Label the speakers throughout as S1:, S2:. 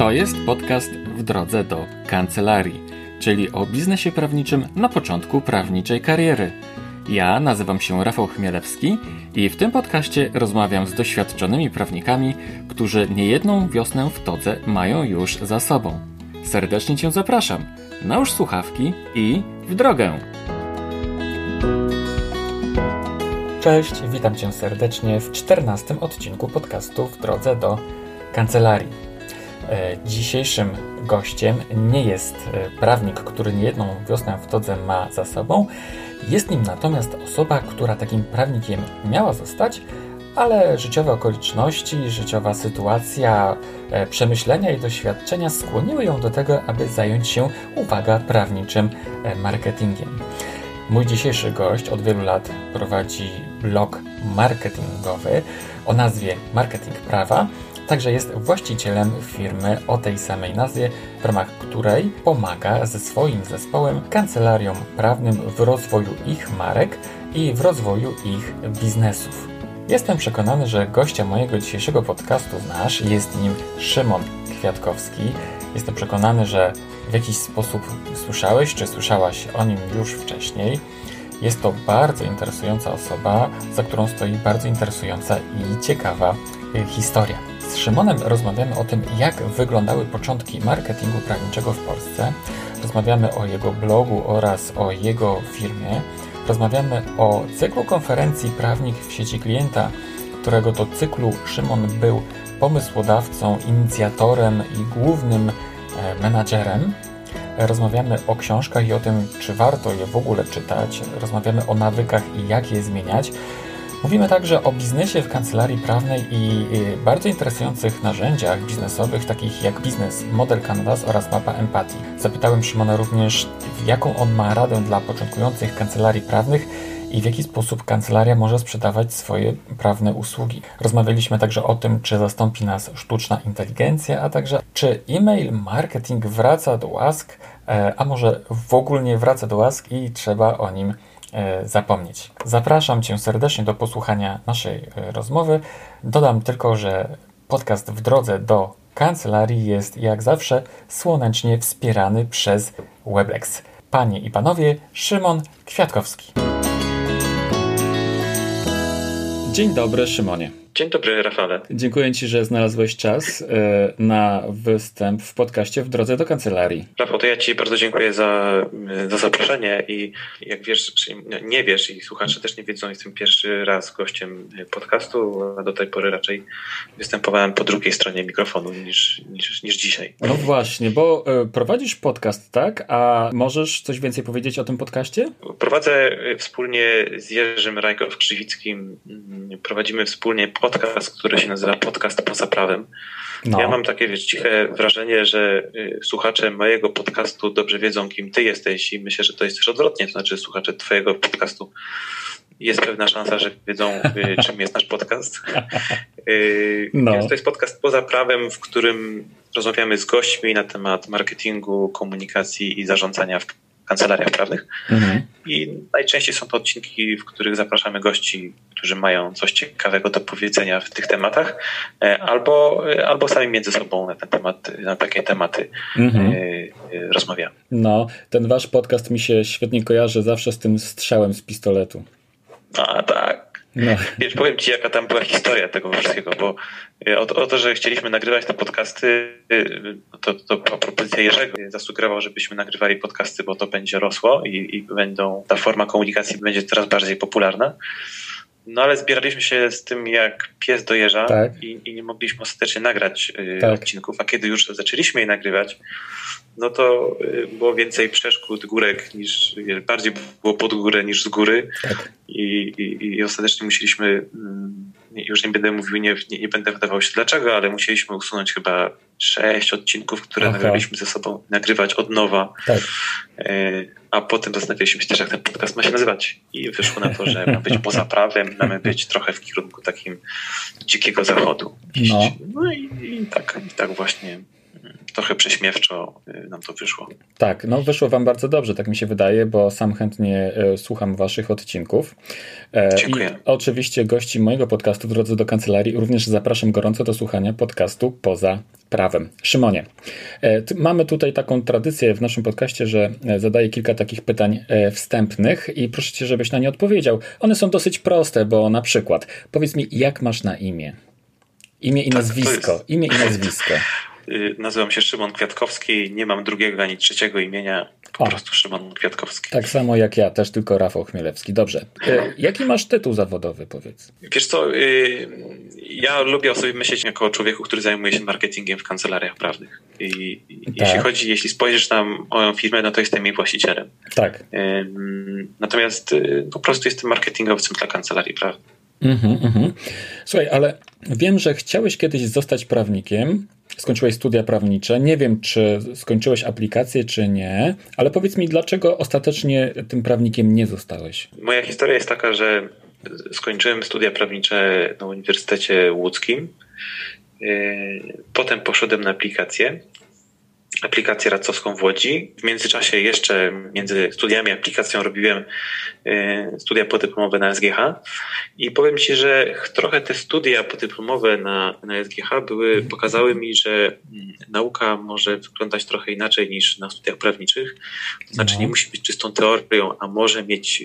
S1: To jest podcast W drodze do kancelarii, czyli o biznesie prawniczym na początku prawniczej kariery. Ja nazywam się Rafał Chmielewski i w tym podcaście rozmawiam z doświadczonymi prawnikami, którzy niejedną wiosnę w todze mają już za sobą. Serdecznie Cię zapraszam. Nałóż słuchawki i w drogę! Cześć, witam Cię serdecznie w 14. odcinku podcastu W drodze do kancelarii. Dzisiejszym gościem nie jest prawnik, który niejedną wiosnę w todze ma za sobą. Jest nim natomiast osoba, która takim prawnikiem miała zostać, ale życiowe okoliczności, życiowa sytuacja, przemyślenia i doświadczenia skłoniły ją do tego, aby zająć się, uwaga, prawniczym marketingiem. Mój dzisiejszy gość od wielu lat prowadzi blog marketingowy o nazwie Marketing Prawa. Także jest właścicielem firmy o tej samej nazwie, w ramach której pomaga ze swoim zespołem kancelariom prawnym w rozwoju ich marek i w rozwoju ich biznesów. Jestem przekonany, że gościa mojego dzisiejszego podcastu znasz. Jest nim Szymon Kwiatkowski. Jestem przekonany, że w jakiś sposób słyszałeś czy słyszałaś o nim już wcześniej. Jest to bardzo interesująca osoba, za którą stoi bardzo interesująca i ciekawa historia. Z Szymonem rozmawiamy o tym, jak wyglądały początki marketingu prawniczego w Polsce. Rozmawiamy o jego blogu oraz o jego firmie. Rozmawiamy o cyklu konferencji Prawnik w sieci klienta, którego to cyklu Szymon był pomysłodawcą, inicjatorem i głównym menadżerem. Rozmawiamy o książkach i o tym, czy warto je w ogóle czytać. Rozmawiamy o nawykach i jak je zmieniać. Mówimy także o biznesie w kancelarii prawnej i bardzo interesujących narzędziach biznesowych, takich jak biznes Model Canvas oraz mapa empatii. Zapytałem Szymona również, jaką on ma radę dla początkujących kancelarii prawnych i w jaki sposób kancelaria może sprzedawać swoje prawne usługi. Rozmawialiśmy także o tym, czy zastąpi nas sztuczna inteligencja, a także czy e-mail marketing wraca do łask, a może w ogóle nie wraca do łask i trzeba o nim zapomnieć. Zapraszam Cię serdecznie do posłuchania naszej rozmowy. Dodam tylko, że podcast W drodze do kancelarii jest jak zawsze słonecznie wspierany przez Weblex. Panie i panowie, Szymon Kwiatkowski. Dzień dobry, Szymonie.
S2: Dzień dobry, Rafale.
S1: Dziękuję Ci, że znalazłeś czas na występ w podcaście W drodze do kancelarii.
S2: Rafał, to ja Ci bardzo dziękuję za zaproszenie i jak wiesz, nie wiesz i słuchacze też nie wiedzą, jestem pierwszy raz gościem podcastu, a do tej pory raczej występowałem po drugiej stronie mikrofonu niż dzisiaj.
S1: No właśnie, bo prowadzisz podcast, tak? A możesz coś więcej powiedzieć o tym podcaście?
S2: Prowadzę wspólnie z Jerzym Rajkow-Krzywickim, prowadzimy wspólnie podcast, który się nazywa Podcast Poza Prawem. No. Ja mam takie, ciche wrażenie, że słuchacze mojego podcastu dobrze wiedzą, kim ty jesteś i myślę, że to jest też odwrotnie, to znaczy słuchacze twojego podcastu jest pewna szansa, że wiedzą, czym jest nasz podcast. No. Więc to jest podcast Poza Prawem, w którym rozmawiamy z gośćmi na temat marketingu, komunikacji i zarządzania w kancelariach prawnych. I najczęściej są to odcinki, w których zapraszamy gości, którzy mają coś ciekawego do powiedzenia w tych tematach, albo sami między sobą na takie tematy rozmawiamy.
S1: No, ten wasz podcast mi się świetnie kojarzy zawsze z tym strzałem z pistoletu.
S2: A tak. No. Wiesz, powiem Ci, jaka tam była historia tego wszystkiego, bo o to, że chcieliśmy nagrywać te podcasty, to propozycja Jerzego zasugerował, żebyśmy nagrywali podcasty, bo to będzie rosło i ta forma komunikacji będzie coraz bardziej popularna. No ale zbieraliśmy się z tym jak pies do jeża, tak. i nie mogliśmy ostatecznie nagrać odcinków, a kiedy już zaczęliśmy je nagrywać, no to było więcej przeszkód, górek, bardziej było pod górę niż z góry. Tak. I ostatecznie musieliśmy, już nie będę mówił, nie będę wdawał się dlaczego, ale musieliśmy usunąć chyba 6 odcinków, które nagraliśmy ze sobą, nagrywać od nowa. Tak. A potem zastanawialiśmy się też, jak ten podcast ma się nazywać. I wyszło na to, że ma być poza prawem, mamy być trochę w kierunku takim dzikiego zachodu. No i tak właśnie trochę prześmiewczo nam to wyszło.
S1: Tak, no wyszło wam bardzo dobrze, tak mi się wydaje, bo sam chętnie słucham waszych odcinków.
S2: Dziękuję.
S1: I oczywiście gości mojego podcastu w drodze do kancelarii również zapraszam gorąco do słuchania podcastu Poza Prawem. Szymonie, mamy tutaj taką tradycję w naszym podcaście, że zadaję kilka takich pytań wstępnych i proszę cię, żebyś na nie odpowiedział. One są dosyć proste, bo na przykład powiedz mi, jak masz na imię? Imię i nazwisko. Imię i nazwisko.
S2: Nazywam się Szymon Kwiatkowski, nie mam drugiego ani trzeciego imienia, po prostu Szymon Kwiatkowski.
S1: Tak samo jak ja, też tylko Rafał Chmielewski. Dobrze. Jaki masz tytuł zawodowy, powiedz?
S2: Wiesz co, ja lubię o sobie myśleć jako o człowieku, który zajmuje się marketingiem w kancelariach prawnych. I jeśli spojrzysz na moją firmę, no to jestem jej właścicielem.
S1: Tak.
S2: Natomiast po prostu jestem marketingowcem dla kancelarii prawnych.
S1: Słuchaj, ale wiem, że chciałeś kiedyś zostać prawnikiem, skończyłeś studia prawnicze, nie wiem, czy skończyłeś aplikację, czy nie, ale powiedz mi, dlaczego ostatecznie tym prawnikiem nie zostałeś?
S2: Moja historia jest taka, że skończyłem studia prawnicze na Uniwersytecie Łódzkim, potem poszedłem na aplikację radcowską w Łodzi. W międzyczasie jeszcze między studiami i aplikacją robiłem studia podyplomowe na SGH i powiem ci, że trochę te studia podyplomowe na SGH pokazały mi, że nauka może wyglądać trochę inaczej niż na studiach prawniczych. To znaczy nie musi być czystą teorią, a może mieć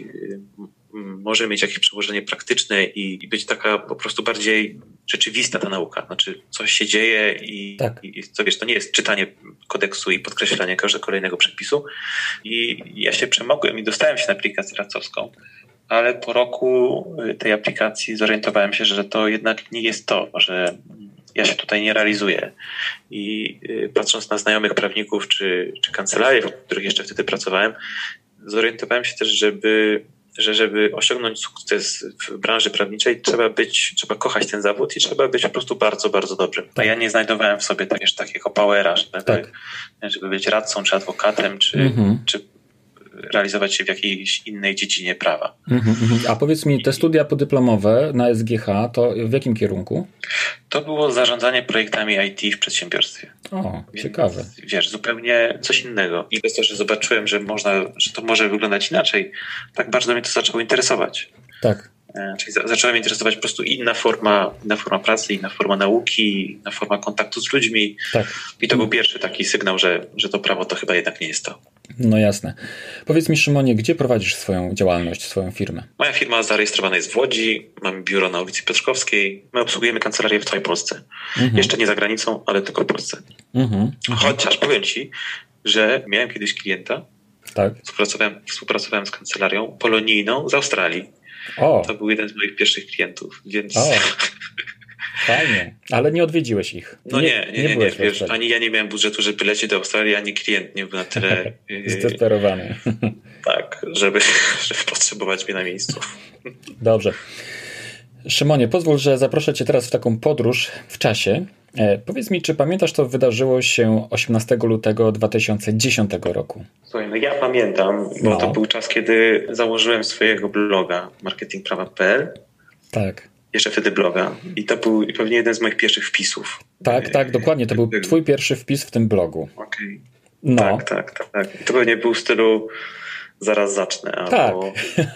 S2: jakieś przełożenie praktyczne i być taka po prostu bardziej rzeczywista ta nauka. Znaczy coś się dzieje i co wiesz, to nie jest czytanie kodeksu i podkreślanie każdego kolejnego przepisu. I ja się przemogłem i dostałem się na aplikację radcowską, ale po roku tej aplikacji zorientowałem się, że to jednak nie jest to, że ja się tutaj nie realizuję. I patrząc na znajomych prawników czy kancelarie, w których jeszcze wtedy pracowałem, zorientowałem się też, żeby osiągnąć sukces w branży prawniczej, trzeba kochać ten zawód i trzeba być po prostu bardzo, bardzo dobrym. A ja nie znajdowałem w sobie takiego powera, żeby być radcą, czy adwokatem, czy realizować się w jakiejś innej dziedzinie prawa.
S1: A powiedz mi, te studia podyplomowe na SGH, to w jakim kierunku?
S2: To było zarządzanie projektami IT w przedsiębiorstwie.
S1: O, ciekawe.
S2: Wiesz, zupełnie coś innego. I przez to, że zobaczyłem, że to może wyglądać inaczej, tak bardzo mnie to zaczęło interesować. Tak. Czyli zaczęła mnie interesować po prostu inna forma pracy, inna forma nauki, inna forma kontaktu z ludźmi. Tak. I to był pierwszy taki sygnał, że to prawo to chyba jednak nie jest to.
S1: No jasne. Powiedz mi, Szymonie, gdzie prowadzisz swoją działalność, swoją firmę?
S2: Moja firma zarejestrowana jest w Łodzi, mamy biuro na ulicy Piotrkowskiej. My obsługujemy kancelarię w całej Polsce. Jeszcze nie za granicą, ale tylko w Polsce. Chociaż powiem ci, że miałem kiedyś klienta, współpracowałem z kancelarią polonijną z Australii. To był jeden z moich pierwszych klientów, więc...
S1: Fajnie, ale nie odwiedziłeś ich.
S2: No nie, wiesz, ani ja nie miałem budżetu, żeby lecieć do Australii, ani klient nie był na tyle...
S1: zdesperowany.
S2: Tak, żeby potrzebować mnie na miejscu.
S1: Dobrze. Szymonie, pozwól, że zaproszę cię teraz w taką podróż w czasie. Powiedz mi, czy pamiętasz, co wydarzyło się 18 lutego 2010 roku?
S2: Słuchaj, no ja pamiętam, bo to był czas, kiedy założyłem swojego bloga marketingprawa.pl. Tak. Jeszcze wtedy bloga. I to był pewnie jeden z moich pierwszych wpisów.
S1: Tak, dokładnie. To był twój pierwszy wpis w tym blogu.
S2: Okej. No. Tak. To pewnie był w stylu zaraz zacznę. Albo...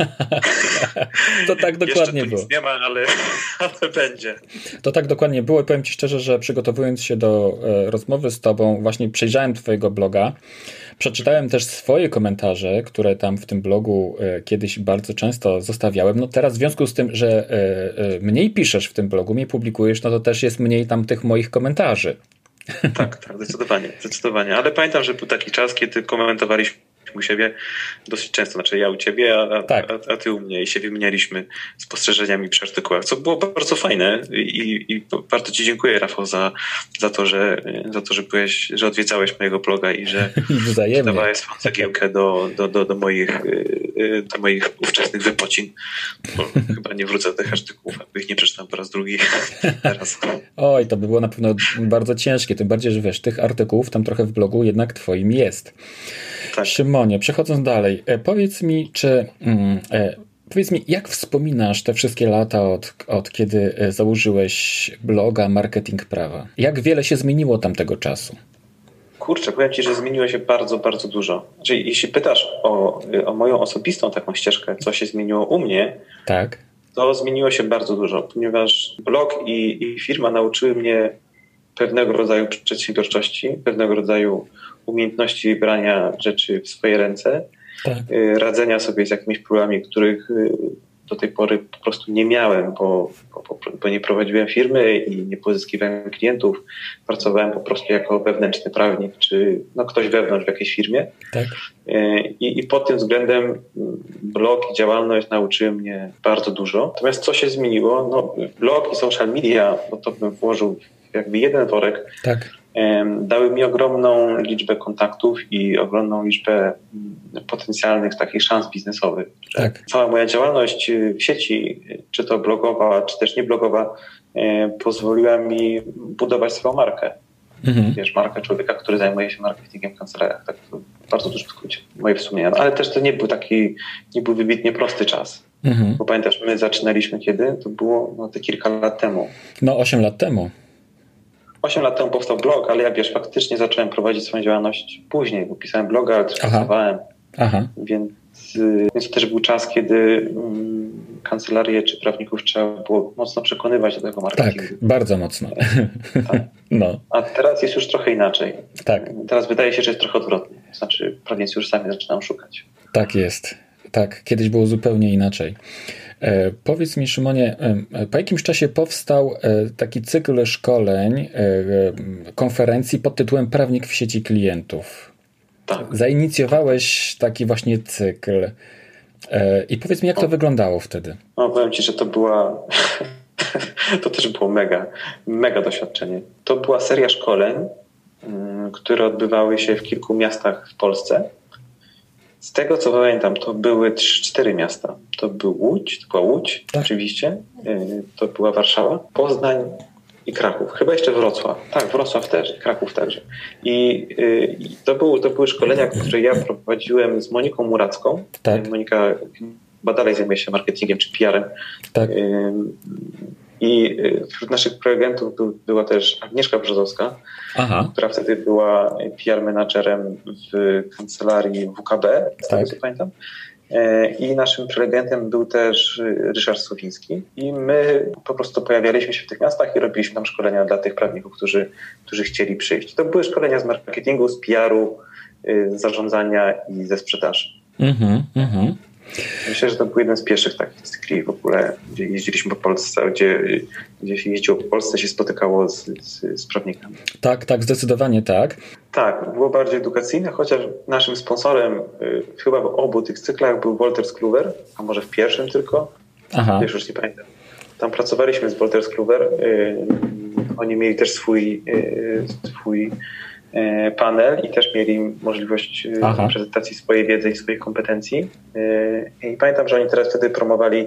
S1: To tak dokładnie było.
S2: Nic nie ma, ale będzie.
S1: To tak dokładnie było i powiem ci szczerze, że przygotowując się do rozmowy z tobą, właśnie przejrzałem twojego bloga, przeczytałem też swoje komentarze, które tam w tym blogu kiedyś bardzo często zostawiałem. No teraz w związku z tym, że mniej piszesz w tym blogu, mniej publikujesz, no to też jest mniej tam tych moich komentarzy.
S2: Tak, zdecydowanie. Ale pamiętam, że był taki czas, kiedy komentowaliśmy u siebie dosyć często, znaczy ja u ciebie, a ty u mnie i się wymienialiśmy spostrzeżeniami przy artykułach, co było bardzo fajne i bardzo ci dziękuję, Rafał, za to, że odwiedzałeś mojego bloga i że dawałeś swoją cegiełkę do moich ówczesnych wypocin, bo chyba nie wrócę do tych artykułów, jakby ich nie przeczytam po raz drugi teraz.
S1: Oj, to by było na pewno bardzo ciężkie, tym bardziej, że wiesz, tych artykułów tam trochę w blogu jednak twoim jest. Tak. Szymonie, przechodząc dalej, powiedz mi, jak wspominasz te wszystkie lata od kiedy założyłeś bloga Marketing Prawa? Jak wiele się zmieniło tamtego czasu?
S2: Kurczę, powiem Ci, że zmieniło się bardzo, bardzo dużo. Czyli jeśli pytasz o moją osobistą taką ścieżkę, co się zmieniło u mnie,
S1: tak,
S2: to zmieniło się bardzo dużo, ponieważ blog i firma nauczyły mnie pewnego rodzaju przedsiębiorczości, pewnego rodzaju umiejętności brania rzeczy w swoje ręce,
S1: tak.
S2: Radzenia sobie z jakimiś problemami, których do tej pory po prostu nie miałem, bo nie prowadziłem firmy i nie pozyskiwałem klientów. Pracowałem po prostu jako wewnętrzny prawnik, czy ktoś wewnątrz w jakiejś firmie. Tak. I pod tym względem blog i działalność nauczyły mnie bardzo dużo. Natomiast co się zmieniło? Blog i social media, bo to bym włożył jakby jeden worek, tak. Dały mi ogromną liczbę kontaktów i ogromną liczbę potencjalnych takich szans biznesowych. Tak. Cała moja działalność w sieci, czy to blogowa, czy też nie blogowa, pozwoliła mi budować swoją markę. Mhm. Wiesz, markę człowieka, który zajmuje się marketingiem w kancelariach. Tak w bardzo dużym skrócie, moje wspomnienia. Ale też to nie był wybitnie prosty czas. Mhm. Bo pamiętasz, my zaczynaliśmy kiedy? To było te kilka lat temu.
S1: 8 lat temu.
S2: 8 lat temu powstał blog, ale ja faktycznie zacząłem prowadzić swoją działalność później, bo pisałem bloga, ale też pracowałem. Więc to też był czas, kiedy kancelarie czy prawników trzeba było mocno przekonywać do tego marketingu.
S1: Tak, bardzo mocno.
S2: Tak. No. A teraz jest już trochę inaczej.
S1: Tak.
S2: Teraz wydaje się, że jest trochę odwrotnie. To znaczy prawnicy już sami zaczynają szukać.
S1: Tak jest. Tak, kiedyś było zupełnie inaczej. Powiedz mi, Szymonie, po jakimś czasie powstał taki cykl szkoleń, konferencji pod tytułem Prawnik w sieci klientów. Tak. Zainicjowałeś taki właśnie cykl. I powiedz mi, jak to wyglądało wtedy?
S2: Powiem Ci, że to była... to też było mega doświadczenie. To była seria szkoleń, które odbywały się w kilku miastach w Polsce. Z tego, co pamiętam, to były 4 miasta. To była Łódź, tak. Oczywiście. To była Warszawa, Poznań i Kraków. Chyba jeszcze Wrocław. Tak, Wrocław też, Kraków także. I to były szkolenia, które ja prowadziłem z Moniką Muracką. Tak. Monika dalej zajmuje się marketingiem czy PR-em. Tak. I wśród naszych prelegentów była też Agnieszka Brzozowska, która wtedy była PR menadżerem w kancelarii WKB, z tego co pamiętam. I naszym prelegentem był też Ryszard Sowiński. I my po prostu pojawialiśmy się w tych miastach i robiliśmy tam szkolenia dla tych prawników, którzy chcieli przyjść. To były szkolenia z marketingu, z PR-u, z zarządzania i ze sprzedaży. Myślę, że to był jeden z pierwszych takich cykli w ogóle, gdzie jeździliśmy po Polsce, gdzie się jeździło po Polsce, się spotykało z prawnikami.
S1: Tak, zdecydowanie tak.
S2: Tak, było bardziej edukacyjne, chociaż naszym sponsorem chyba w obu tych cyklach był Wolters Kluwer, a może w pierwszym tylko. Wiesz, już nie pamiętam. Tam pracowaliśmy z Wolters Kluwer. Oni mieli też swój panel i też mieli możliwość prezentacji swojej wiedzy i swoich kompetencji. I pamiętam, że oni teraz wtedy promowali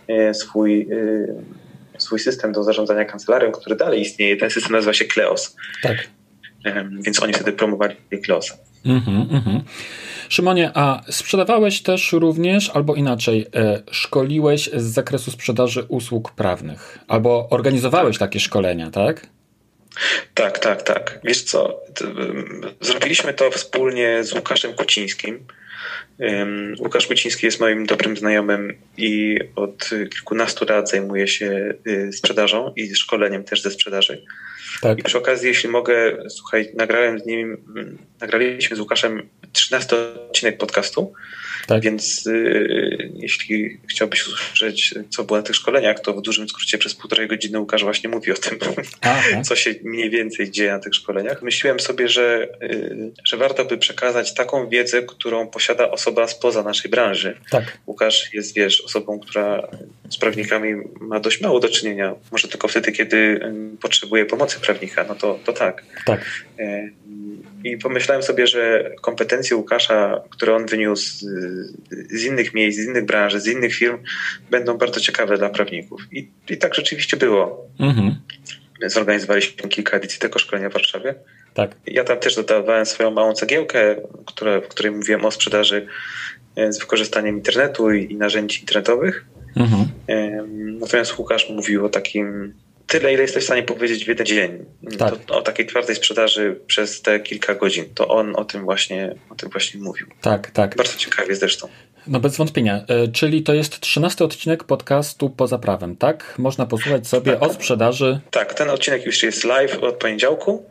S2: swój system do zarządzania kancelarią, który dalej istnieje. Ten system nazywa się Kleos. Tak. Więc oni wtedy promowali Kleosa.
S1: Szymonie, a sprzedawałeś też również, albo inaczej, szkoliłeś z zakresu sprzedaży usług prawnych, albo organizowałeś takie szkolenia, tak?
S2: Tak. Wiesz co, zrobiliśmy to wspólnie z Łukaszem Kucińskim. Łukasz Kuciński jest moim dobrym znajomym i od kilkunastu lat zajmuje się sprzedażą i szkoleniem też ze sprzedaży. Tak. I przy okazji, jeśli mogę, słuchaj, nagraliśmy z Łukaszem 13 odcinek podcastu, tak. Więc jeśli chciałbyś usłyszeć, co było na tych szkoleniach, to w dużym skrócie przez 1,5 godziny Łukasz właśnie mówi o tym, co się mniej więcej dzieje na tych szkoleniach. Myślałem sobie, że warto by przekazać taką wiedzę, którą posiada osoba spoza naszej branży. Tak. Łukasz jest, osobą, która z prawnikami ma dość mało do czynienia. Może tylko wtedy, kiedy potrzebuje pomocy prawnika, no to tak. I pomyślałem sobie, że kompetencje Łukasza, które on wyniósł z innych miejsc, z innych branż, z innych firm, będą bardzo ciekawe dla prawników. I tak rzeczywiście było. Zorganizowaliśmy kilka edycji tego szkolenia w Warszawie. Tak. Ja tam też dodawałem swoją małą cegiełkę, w której mówiłem o sprzedaży z wykorzystaniem internetu i narzędzi internetowych. Natomiast Łukasz mówił o takim tyle, ile jesteś w stanie powiedzieć w jeden dzień.
S1: Tak.
S2: O takiej twardej sprzedaży przez te kilka godzin. To on o tym właśnie mówił.
S1: Tak.
S2: Bardzo ciekawie zresztą.
S1: No bez wątpienia. Czyli to jest 13 odcinek podcastu Poza Prawem, tak? Można posłuchać sobie o sprzedaży.
S2: Tak, ten odcinek już jest live od poniedziałku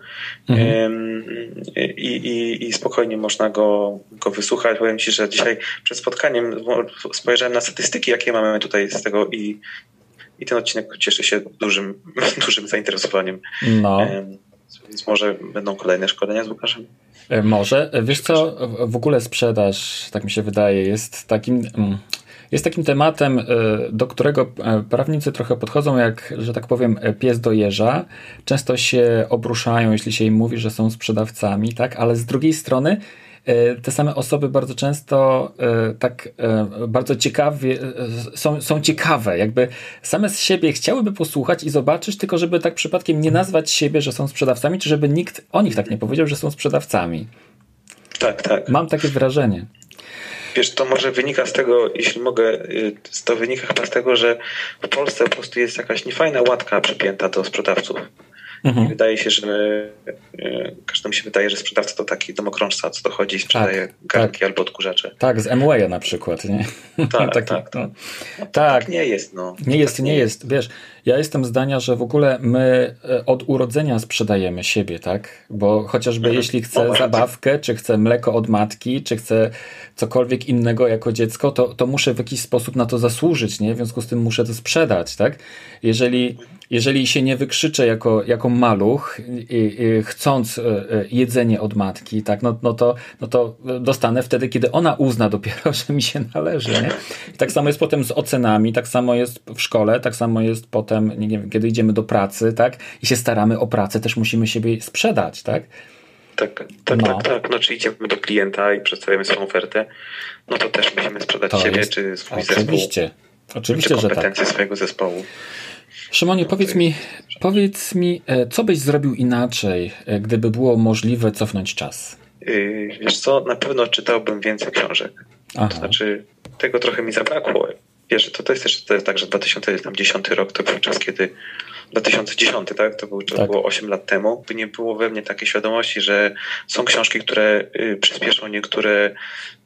S2: i spokojnie można go wysłuchać. Powiem Ci, że dzisiaj przed spotkaniem spojrzałem na statystyki, jakie mamy tutaj z tego i ten odcinek cieszy się dużym zainteresowaniem.
S1: No.
S2: Więc może będą kolejne szkolenia z Łukaszem?
S1: Może. Wiesz co, w ogóle sprzedaż, tak mi się wydaje, jest takim tematem, do którego prawnicy trochę podchodzą jak, że tak powiem, pies do jeża. Często się obruszają, jeśli się im mówi, że są sprzedawcami, tak? Ale z drugiej strony te same osoby bardzo często bardzo ciekawie są ciekawe, jakby same z siebie chciałyby posłuchać i zobaczyć, tylko żeby tak przypadkiem nie nazwać siebie, że są sprzedawcami, czy żeby nikt o nich tak nie powiedział, że są sprzedawcami.
S2: Tak.
S1: Mam takie wrażenie.
S2: Wiesz, to może wynika z tego, jeśli mogę, to wynika chyba z tego, że w Polsce po prostu jest jakaś niefajna łatka przypięta do sprzedawców. I wydaje się, że każdemu się wydaje, że sprzedawca to taki domokrążca, co dochodzi i sprzedaje garnki albo odkurzacze.
S1: Tak, z Amwaya na przykład, nie?
S2: Tak, nie jest. No.
S1: Nie jest. Wiesz, ja jestem zdania, że w ogóle my od urodzenia sprzedajemy siebie, tak? Bo chociażby jeśli chcę zabawkę, czy chcę mleko od matki, czy chcę cokolwiek innego jako dziecko, to muszę w jakiś sposób na to zasłużyć, nie? W związku z tym muszę to sprzedać, tak? Jeżeli się nie wykrzyczę jako maluch, chcąc jedzenie od matki, tak, no to dostanę wtedy, kiedy ona uzna dopiero, że mi się należy. Nie? I tak samo jest potem z ocenami, tak samo jest w szkole, tak samo jest potem, nie wiem, kiedy idziemy do pracy, tak, i się staramy o pracę, też musimy siebie sprzedać, tak?
S2: Tak. No, czy idziemy do klienta i przedstawiamy swoją ofertę, no to też musimy sprzedać siebie, czy swój zespół.
S1: Oczywiście,
S2: czy
S1: że tak.
S2: kompetencje swojego zespołu.
S1: Szymonie, powiedz mi, co byś zrobił inaczej, gdyby było możliwe cofnąć czas?
S2: Wiesz co, na pewno czytałbym więcej książek.
S1: Aha.
S2: To znaczy, tego trochę mi zabrakło. Wiesz, to jest też tak, że 2010 rok to był czas, kiedy 2010, tak? To było 8 lat temu. Nie było we mnie takiej świadomości, że są książki, które przyspieszą niektóre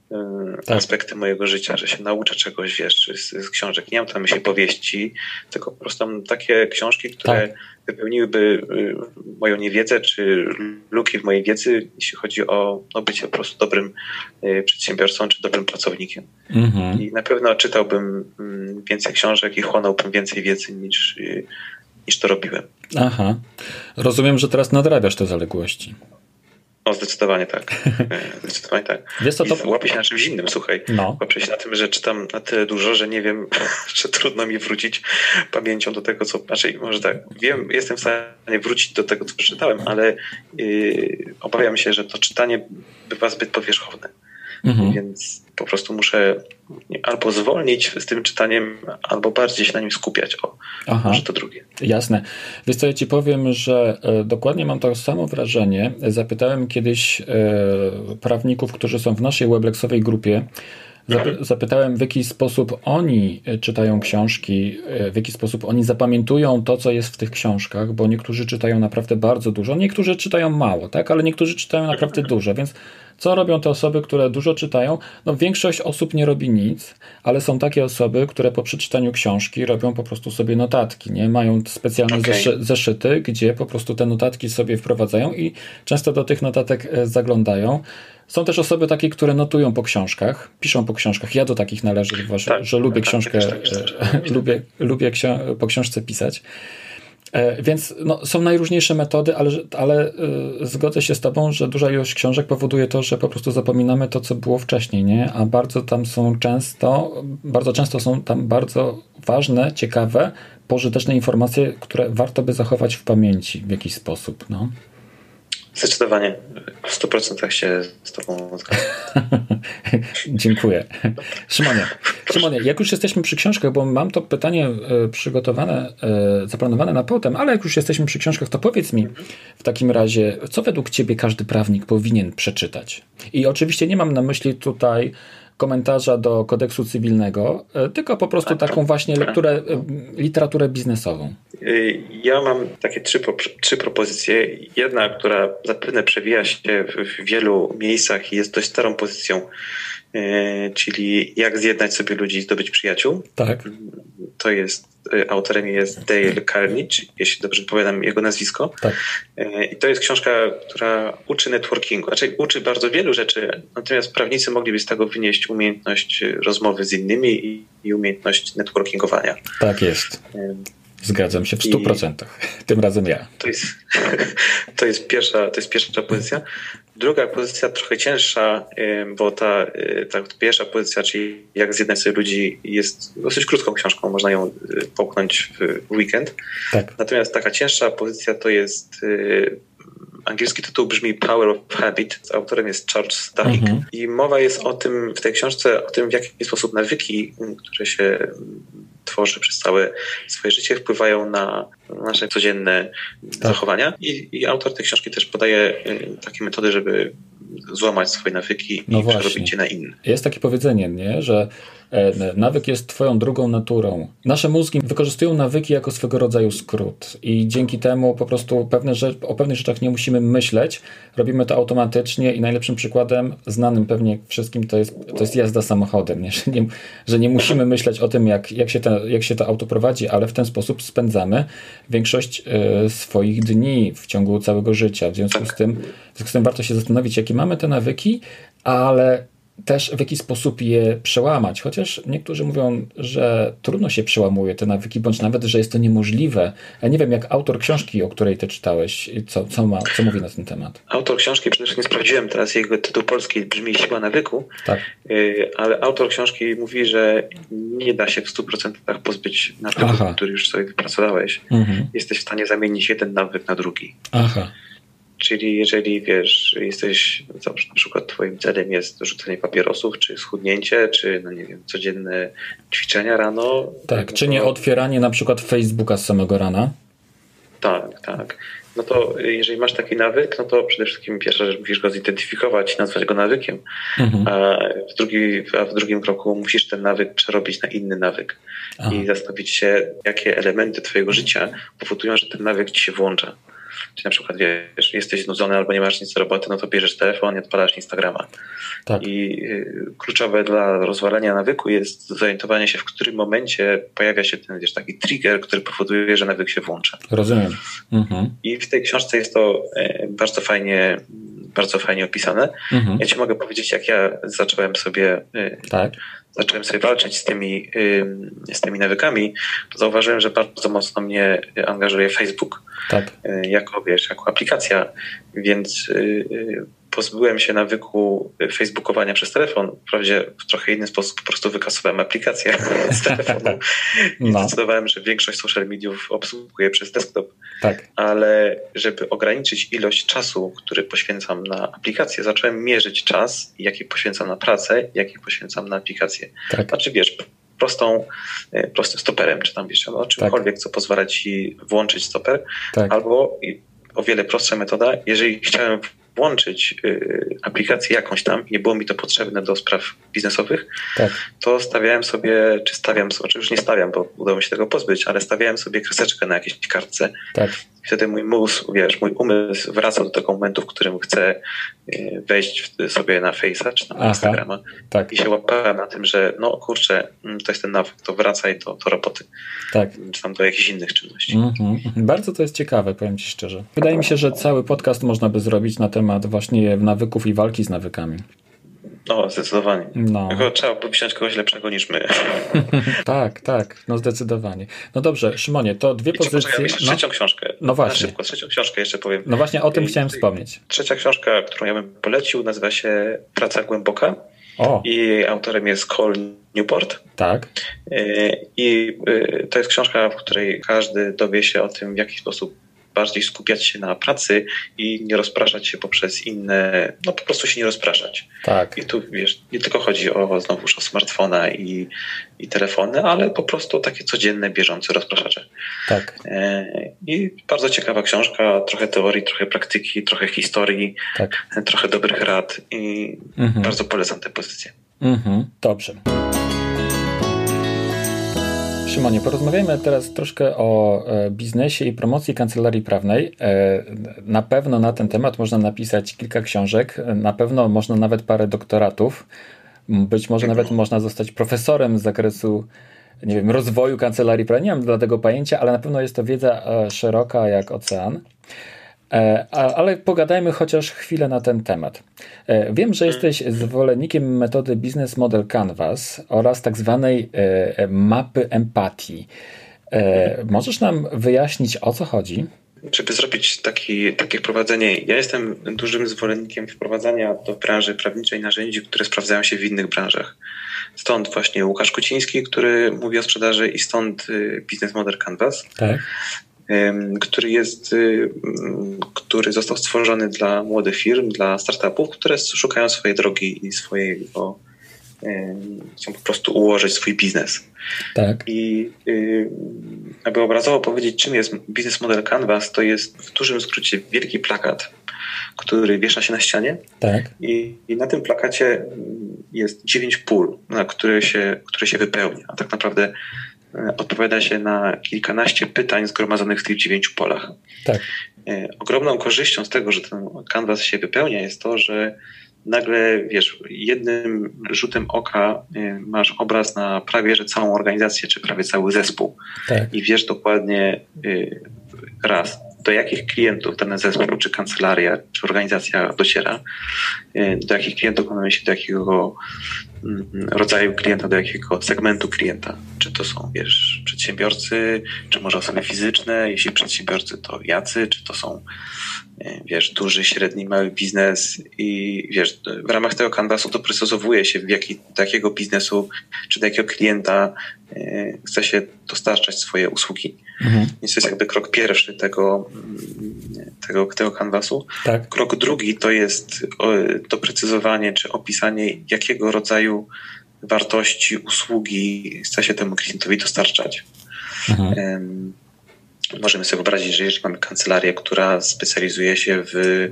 S2: aspekty mojego życia, że się nauczę czegoś, wiesz, z książek. Nie mam tam myśli powieści, tylko po prostu mam takie książki, które wypełniłyby moją niewiedzę, czy luki w mojej wiedzy, jeśli chodzi o bycie po prostu dobrym przedsiębiorcą, czy dobrym pracownikiem.
S1: Mhm.
S2: I na pewno czytałbym więcej książek i chłonąłbym więcej wiedzy niż to robiłem.
S1: Aha. Rozumiem, że teraz nadrabiasz te zaległości.
S2: No, zdecydowanie tak.
S1: Wiesz co, to...
S2: Łapię się na czymś innym, słuchaj.
S1: No.
S2: Łapię się na tym, że czytam na tyle dużo, że nie wiem, że trudno mi wrócić pamięcią do tego, co... Znaczy, może tak, wiem, jestem w stanie wrócić do tego, co przeczytałem, ale obawiam się, że to czytanie bywa zbyt powierzchowne.
S1: Mhm.
S2: Więc po prostu muszę albo zwolnić z tym czytaniem, albo bardziej się na nim skupiać. Może to drugie.
S1: Jasne. Wiesz co, ja ci powiem, że dokładnie mam to samo wrażenie. Zapytałem kiedyś prawników, którzy są w naszej weblexowej grupie, zapytałem, w jaki sposób oni czytają książki, w jaki sposób oni zapamiętują to, co jest w tych książkach, bo niektórzy czytają naprawdę bardzo dużo, niektórzy czytają mało, tak, ale niektórzy czytają naprawdę dużo, więc co robią te osoby, które dużo czytają? No większość osób nie robi nic, ale są takie osoby, które po przeczytaniu książki robią po prostu sobie notatki, nie? Mają specjalne zeszyty, gdzie po prostu te notatki sobie wprowadzają i często do tych notatek zaglądają. Są też osoby takie, które notują po książkach, piszą po książkach. Ja do takich należę, że lubię książkę, lubię po książce pisać. Więc no, są najróżniejsze metody, ale zgodzę się z tobą, że duża ilość książek powoduje to, że po prostu zapominamy to, co było wcześniej, nie? A bardzo często są tam bardzo ważne, ciekawe, pożyteczne informacje, które warto by zachować w pamięci w jakiś sposób, no.
S2: Zdecydowanie. W 100% się z tobą zgadzam.
S1: Dziękuję. Szymonie, jak już jesteśmy przy książkach, bo mam to pytanie przygotowane, zaplanowane na potem, ale jak już jesteśmy przy książkach, to powiedz mi w takim razie, co według ciebie każdy prawnik powinien przeczytać? I oczywiście nie mam na myśli tutaj komentarza do kodeksu cywilnego, tylko po prostu taką właśnie literaturę biznesową.
S2: Ja mam takie trzy propozycje. Jedna, która zapewne przewija się w wielu miejscach i jest dość starą pozycją, czyli jak zjednać sobie ludzi i zdobyć przyjaciół.
S1: Tak.
S2: To jest, autorem jest Dale Carnegie, jeśli dobrze wypowiadam jego nazwisko.
S1: Tak.
S2: I to jest książka, która uczy networkingu. Znaczy uczy bardzo wielu rzeczy, natomiast prawnicy mogliby z tego wynieść umiejętność rozmowy z innymi i umiejętność networkingowania.
S1: Tak jest. Zgadzam się w 100%. Tym razem ja.
S2: To jest pierwsza pozycja. Druga pozycja trochę cięższa, bo ta pierwsza pozycja, czyli jak zjednać sobie ludzi, jest dosyć krótką książką, można ją połknąć w weekend. Tak. Natomiast taka cięższa pozycja to jest, angielski tytuł brzmi Power of Habit, autorem jest Charles Duhigg. I mowa jest w tej książce o tym, w jaki sposób nawyki, które się tworzy przez całe swoje życie, wpływają na nasze codzienne zachowania. I autor tej książki też podaje takie metody, żeby złamać swoje nawyki i przerobić je na inne.
S1: Jest takie powiedzenie, nie? Że nawyk jest twoją drugą naturą. Nasze mózgi wykorzystują nawyki jako swego rodzaju skrót i dzięki temu po prostu o pewnych rzeczach nie musimy myśleć, robimy to automatycznie i najlepszym przykładem, znanym pewnie wszystkim, to jest jazda samochodem, nie? Że nie musimy myśleć o tym, jak się to auto prowadzi, ale w ten sposób spędzamy większość swoich dni w ciągu całego życia. W związku z tym warto się zastanowić, jakie mamy te nawyki, ale też w jaki sposób je przełamać. Chociaż niektórzy mówią, że trudno się przełamuje te nawyki, bądź nawet, że jest to niemożliwe. Ja nie wiem, jak autor książki, o której ty czytałeś, co mówi na ten temat.
S2: Autor książki, przede wszystkim sprawdziłem teraz jego tytuł polski, brzmi Siła nawyku,
S1: tak.
S2: Ale autor książki mówi, że nie da się w 100% pozbyć nawyków, który już sobie wypracowałeś. Jesteś w stanie zamienić jeden nawyk na drugi.
S1: Aha.
S2: Czyli jeżeli na przykład twoim celem jest rzucenie papierosów, czy schudnięcie, czy codzienne ćwiczenia rano.
S1: Tak, czy nie otwieranie na przykład Facebooka z samego rana?
S2: Tak. No to jeżeli masz taki nawyk, no to przede wszystkim pierwsza rzecz musisz go zidentyfikować i nazwać go nawykiem, a w drugim kroku musisz ten nawyk przerobić na inny nawyk i zastanowić się, jakie elementy twojego życia powodują, że ten nawyk ci się włącza. Czy na przykład jesteś znudzony albo nie masz nic do roboty, no to bierzesz telefon i odpalasz Instagrama. Tak. I kluczowe dla rozwalania nawyku jest zorientowanie się, w którym momencie pojawia się ten taki trigger, który powoduje, że nawyk się włącza.
S1: Rozumiem.
S2: I w tej książce jest to bardzo fajnie opisane. Ja ci mogę powiedzieć, jak ja zacząłem sobie walczyć z tymi nawykami, to zauważyłem, że bardzo mocno mnie angażuje Facebook jako aplikacja, więc pozbyłem się nawyku facebookowania przez telefon. Wprawdzie w trochę inny sposób po prostu wykasowałem aplikację z telefonu i zdecydowałem, że większość social mediów obsługuję przez desktop. Tak. Ale żeby ograniczyć ilość czasu, który poświęcam na aplikację, zacząłem mierzyć czas, jaki poświęcam na pracę, jaki poświęcam na aplikację. Tak. Znaczy prostym stoperem, czy tam czymkolwiek, co pozwala ci włączyć stoper, albo o wiele prostsza metoda, jeżeli chciałem włączyć aplikację jakąś tam, nie było mi to potrzebne do spraw biznesowych, to stawiam sobie, już nie stawiam, bo udało mi się tego pozbyć, ale stawiałem sobie kreseczkę na jakiejś kartce. Tak. Wtedy mój umysł wraca do tego momentu, w którym chcę wejść sobie na Face'a czy na Instagrama i się łapałem na tym, że to jest ten nawyk, to wracaj do roboty. Tak. Czy tam do jakichś innych czynności.
S1: Bardzo to jest ciekawe, powiem ci szczerze. Wydaje mi się, że cały podcast można by zrobić na temat właśnie nawyków i walki z nawykami.
S2: No, zdecydowanie. Tylko trzeba by wziąć kogoś lepszego niż my.
S1: Tak, zdecydowanie. No dobrze, Szymonie, to dwie pozycje.
S2: Poczekaj, jeszcze trzecią książkę.
S1: No właśnie.
S2: Szybko, trzecią książkę jeszcze powiem.
S1: No właśnie, o tym chciałem wspomnieć.
S2: Trzecia książka, którą ja bym polecił, nazywa się Praca głęboka. I autorem jest Cal Newport. Tak. I to jest książka, w której każdy dowie się o tym, w jaki sposób bardziej skupiać się na pracy i nie rozpraszać się poprzez inne, po prostu się nie rozpraszać. Tak. I tu nie tylko chodzi o smartfona i telefony, ale po prostu takie codzienne, bieżące rozpraszacze. Tak. I bardzo ciekawa książka, trochę teorii, trochę praktyki, trochę historii, trochę dobrych rad i bardzo polecam tę pozycję.
S1: Dobrze. Szymonie, porozmawiajmy teraz troszkę o biznesie i promocji kancelarii prawnej. Na pewno na ten temat można napisać kilka książek, na pewno można nawet parę doktoratów. Być może nawet można zostać profesorem z zakresu, nie wiem, rozwoju kancelarii prawnej. Nie mam dla tego pojęcia, ale na pewno jest to wiedza szeroka jak ocean. Ale pogadajmy chociaż chwilę na ten temat. Wiem, że jesteś zwolennikiem metody Business Model Canvas oraz tak zwanej mapy empatii. Możesz nam wyjaśnić, o co chodzi?
S2: Żeby zrobić takie wprowadzenie, ja jestem dużym zwolennikiem wprowadzania do branży prawniczej narzędzi, które sprawdzają się w innych branżach. Stąd właśnie Łukasz Kociński, który mówi o sprzedaży, i stąd Business Model Canvas. Tak. Który został stworzony dla młodych firm, dla startupów, które szukają swojej drogi i chcą po prostu ułożyć swój biznes. Tak. I aby obrazowo powiedzieć, czym jest Business Model Canvas, to jest w dużym skrócie wielki plakat, który wiesza się na ścianie. Tak. I na tym plakacie jest 9 pól, które się wypełnia. A tak naprawdę odpowiada się na kilkanaście pytań zgromadzonych w tych 9 polach. Tak. Ogromną korzyścią z tego, że ten kanwas się wypełnia, jest to, że nagle, jednym rzutem oka masz obraz na prawie że całą organizację, czy prawie cały zespół. Tak. I wiesz dokładnie do jakich klientów dany zespół, czy kancelaria, czy organizacja dociera, do jakich klientów mamy się, do jakiego rodzaju klienta, do jakiego segmentu klienta. Czy to są, przedsiębiorcy, czy może osoby fizyczne, jeśli przedsiębiorcy, to jacy, czy to są, duży, średni, mały biznes i w ramach tego kanwasu doprecyzowuje się, do jakiego biznesu, czy do jakiego klienta chce się dostarczać swoje usługi. Więc to jest jakby krok pierwszy tego kanwasu. Tak. Krok drugi to jest doprecyzowanie, czy opisanie, jakiego rodzaju wartości, usługi chce się temu klientowi dostarczać. Możemy sobie wyobrazić, że jeżeli mamy kancelarię, która specjalizuje się w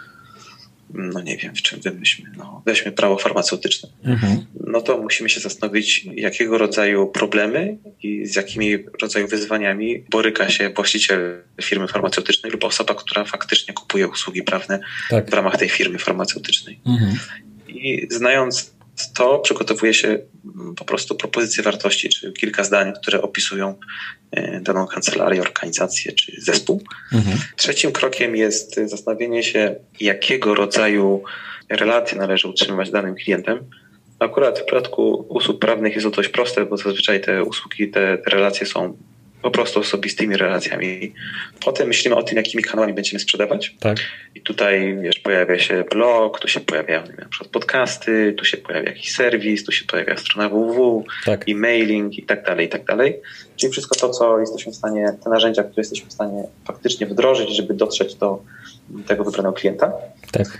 S2: w czym weźmy prawo farmaceutyczne. No to musimy się zastanowić, jakiego rodzaju problemy i z jakimi rodzaju wyzwaniami boryka się właściciel firmy farmaceutycznej lub osoba, która faktycznie kupuje usługi prawne w ramach tej firmy farmaceutycznej. I znając to, przygotowuje się po prostu propozycje wartości, czy kilka zdań, które opisują daną kancelarię, organizację czy zespół. Trzecim krokiem jest zastanowienie się, jakiego rodzaju relacje należy utrzymywać z danym klientem. Akurat w przypadku usług prawnych jest to dość proste, bo zazwyczaj te usługi, te relacje są po prostu osobistymi relacjami. Potem myślimy o tym, jakimi kanałami będziemy sprzedawać. Tak. I tutaj pojawia się blog, tu się pojawiają na przykład podcasty, tu się pojawia jakiś serwis, tu się pojawia strona www, e-mailing i tak dalej. Czyli wszystko to, co jesteśmy w stanie, te narzędzia, które jesteśmy w stanie faktycznie wdrożyć, żeby dotrzeć do tego wybranego klienta. Tak.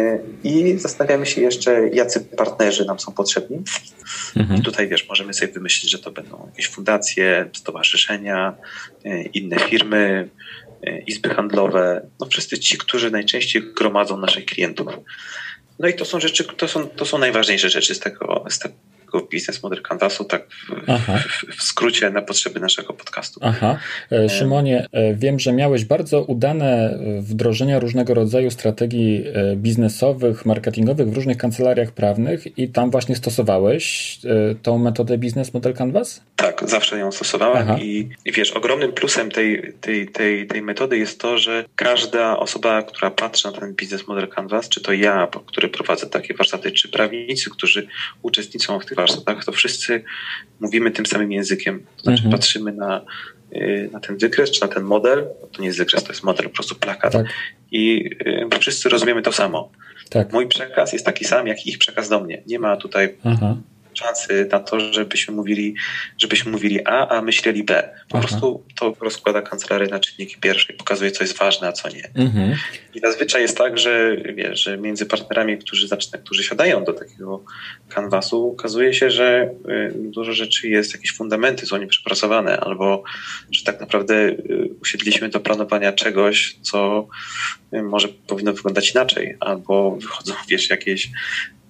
S2: I zastanawiamy się jeszcze, jacy partnerzy nam są potrzebni. I tutaj możemy sobie wymyślić, że to będą jakieś fundacje, stowarzyszenia, inne firmy, izby handlowe, wszyscy ci, którzy najczęściej gromadzą naszych klientów. No i to są rzeczy, to są najważniejsze rzeczy z tego Business Model Canvasu, tak w skrócie na potrzeby naszego podcastu.
S1: Szymonie, wiem, że miałeś bardzo udane wdrożenia różnego rodzaju strategii biznesowych, marketingowych w różnych kancelariach prawnych i tam właśnie stosowałeś tą metodę Business Model Canvas?
S2: Tak, zawsze ją stosowałem i ogromnym plusem tej metody jest to, że każda osoba, która patrzy na ten Business Model Canvas, czy to ja, który prowadzę takie warsztaty, czy prawnicy, którzy uczestniczą w tych warsztatach, to wszyscy mówimy tym samym językiem. To znaczy patrzymy na ten wykres, czy na ten model. To nie jest wykres, to jest model, po prostu plakat. Tak. I wszyscy rozumiemy to samo. Tak. Mój przekaz jest taki sam, jak ich przekaz do mnie. Nie ma tutaj szansy na to, żebyśmy mówili A, a myśleli B. Po prostu to rozkłada kancelarię na czynniki pierwsze i pokazuje, co jest ważne, a co nie. I zazwyczaj jest tak, że między partnerami, którzy siadają do takiego kanwasu, okazuje się, że dużo rzeczy jest, jakieś fundamenty są nieprzepracowane, albo że tak naprawdę usiedliśmy do planowania czegoś, co może powinno wyglądać inaczej, albo wychodzą, jakieś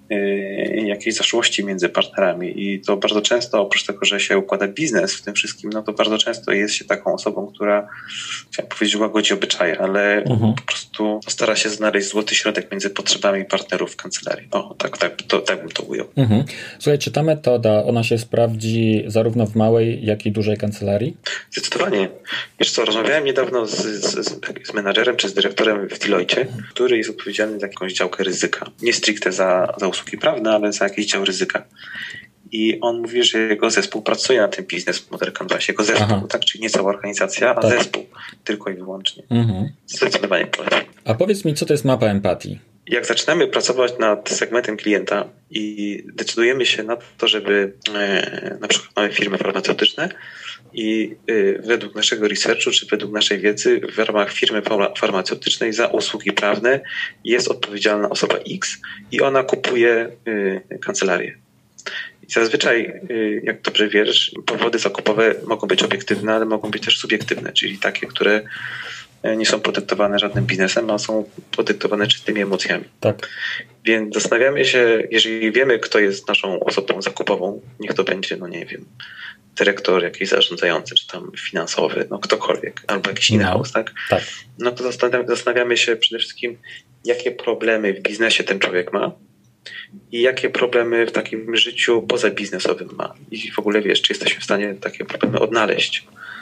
S2: jakiejś zaszłości między partnerami i to bardzo często, oprócz tego, że się układa biznes w tym wszystkim, no to bardzo często jest się taką osobą, która, chciałem powiedzieć, łagodzi obyczaje, ale po prostu stara się znaleźć złoty środek między potrzebami partnerów w kancelarii. O, tak bym to ujął.
S1: Słuchaj, czy ta metoda, ona się sprawdzi zarówno w małej, jak i dużej kancelarii?
S2: Zdecydowanie. Wiesz co, rozmawiałem niedawno z menadżerem czy z dyrektorem w Deloitte, który jest odpowiedzialny za jakąś działkę ryzyka. Nie stricte za usługi prawne, ale za jakiś dział ryzyka. I on mówi, że jego zespół pracuje na tym biznes model canvasie. Jego zespół, tak? Czyli nie cała organizacja, a zespół tylko i wyłącznie. Zdecydowanie polecam.
S1: A powiedz mi, co to jest mapa empatii?
S2: Jak zaczynamy pracować nad segmentem klienta i decydujemy się na to, żeby na przykład mamy firmy farmaceutyczne i według naszego researchu czy według naszej wiedzy w ramach firmy farmaceutycznej za usługi prawne jest odpowiedzialna osoba X i ona kupuje kancelarię. I zazwyczaj, jak dobrze wiesz, powody zakupowe mogą być obiektywne, ale mogą być też subiektywne, czyli takie, które nie są podyktowane żadnym biznesem, a są podyktowane czystymi emocjami.
S1: Tak.
S2: Więc zastanawiamy się, jeżeli wiemy, kto jest naszą osobą zakupową, niech to będzie, no nie wiem, dyrektor jakiś zarządzający, czy tam finansowy, no ktokolwiek, albo jakiś in-house, tak? No to zastanawiamy się przede wszystkim, jakie problemy w biznesie ten człowiek ma i jakie problemy w takim życiu pozabiznesowym ma. I w ogóle wiesz, czy jesteśmy w stanie takie problemy odnaleźć.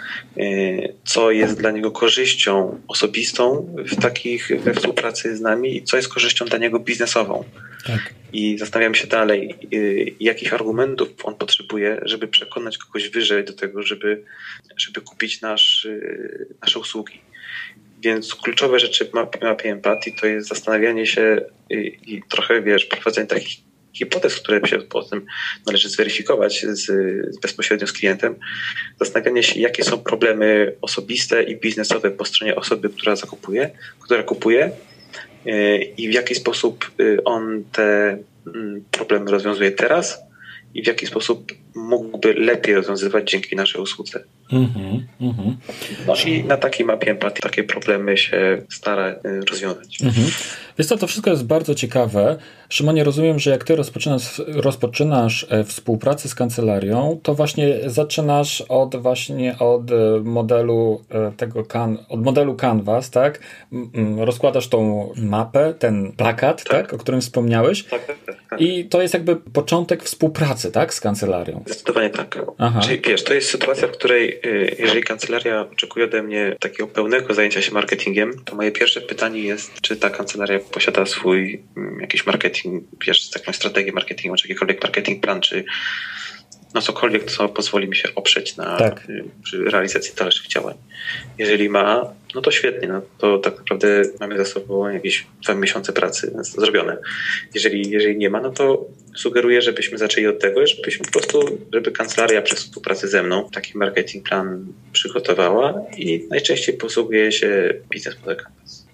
S2: Co jest dla niego korzyścią osobistą we współpracy z nami i co jest korzyścią dla niego biznesową. Tak. I zastanawiamy się dalej, jakich argumentów on potrzebuje, żeby przekonać kogoś wyżej do tego, żeby kupić nasze usługi. Więc kluczowe rzeczy w mapie empatii to jest zastanawianie się i trochę, prowadzenie takich hipotez, które się potem należy zweryfikować bezpośrednio z klientem, zastanawianie się, jakie są problemy osobiste i biznesowe po stronie osoby, która kupuje i w jaki sposób on te problemy rozwiązuje teraz i w jaki sposób mógłby lepiej rozwiązywać dzięki naszej usłudze. No i na takiej mapie empatii takie problemy się stara rozwiązać.
S1: Wiesz co, to wszystko jest bardzo ciekawe. Szymonie, rozumiem, że jak ty rozpoczynasz współpracę z kancelarią, to właśnie zaczynasz od modelu od modelu Canvas, tak? Rozkładasz tą mapę, ten plakat, tak? O którym wspomniałeś. Tak. I to jest jakby początek współpracy, tak? Z kancelarią.
S2: Zdecydowanie tak. Czyli to jest sytuacja, w której jeżeli kancelaria oczekuje ode mnie takiego pełnego zajęcia się marketingiem, to moje pierwsze pytanie jest, czy ta kancelaria posiada swój jakiś marketing, jakąś strategię marketingową, czy jakikolwiek marketing plan, czy cokolwiek, co pozwoli mi się oprzeć przy realizacji dalszych działań. Jeżeli ma, no to świetnie, no to tak naprawdę mamy za sobą jakieś 2 miesiące pracy zrobione. Jeżeli nie ma, no to sugeruję, żebyśmy zaczęli od tego, żeby kancelaria przez współpracę ze mną taki marketing plan przygotowała i najczęściej posługuje się Business Model Canvas.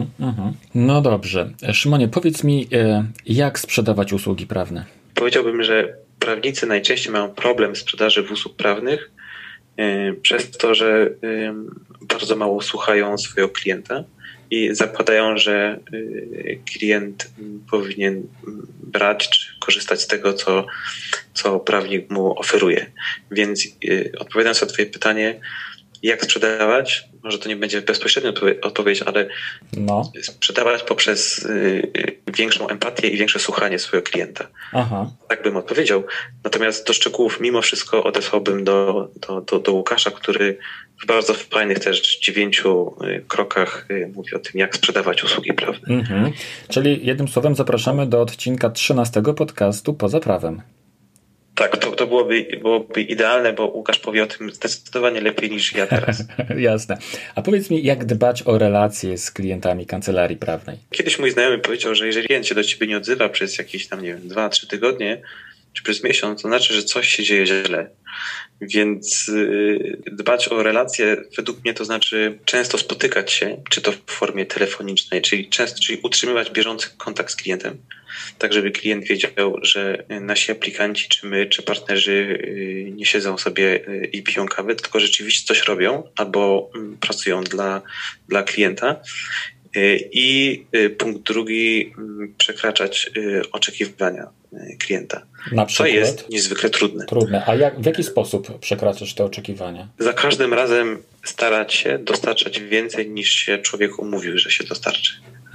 S1: No dobrze. Szymonie, powiedz mi, jak sprzedawać usługi prawne?
S2: Powiedziałbym, że prawnicy najczęściej mają problem sprzedaży usług prawnych przez to, że bardzo mało słuchają swojego klienta i zakładają, że klient powinien brać czy korzystać z tego, co prawnik mu oferuje. Więc odpowiadając na twoje pytanie, jak sprzedawać? Może to nie będzie bezpośrednia odpowiedź, ale sprzedawać poprzez większą empatię i większe słuchanie swojego klienta. Tak bym odpowiedział. Natomiast do szczegółów mimo wszystko odesłałbym do Łukasza, który w bardzo fajnych też 9 krokach mówi o tym, jak sprzedawać usługi prawne.
S1: Czyli jednym słowem zapraszamy do odcinka 13 podcastu Poza Prawem.
S2: Tak, to byłoby idealne, bo Łukasz powie o tym zdecydowanie lepiej niż ja teraz.
S1: Jasne. A powiedz mi, jak dbać o relacje z klientami kancelarii prawnej?
S2: Kiedyś mój znajomy powiedział, że jeżeli klient się do ciebie nie odzywa przez jakieś 2-3 tygodnie, czy przez miesiąc, to znaczy, że coś się dzieje źle. Więc dbać o relacje według mnie to znaczy często spotykać się, czy to w formie telefonicznej, czyli utrzymywać bieżący kontakt z klientem, tak żeby klient wiedział, że nasi aplikanci, czy my, czy partnerzy nie siedzą sobie i piją kawę, tylko rzeczywiście coś robią albo pracują dla klienta. I punkt drugi, przekraczać oczekiwania klienta.
S1: Na przykład?
S2: To jest niezwykle trudne.
S1: A w jaki sposób przekraczasz te oczekiwania?
S2: Za każdym razem starać się dostarczać więcej, niż się człowiek umówił, że się dostarczy.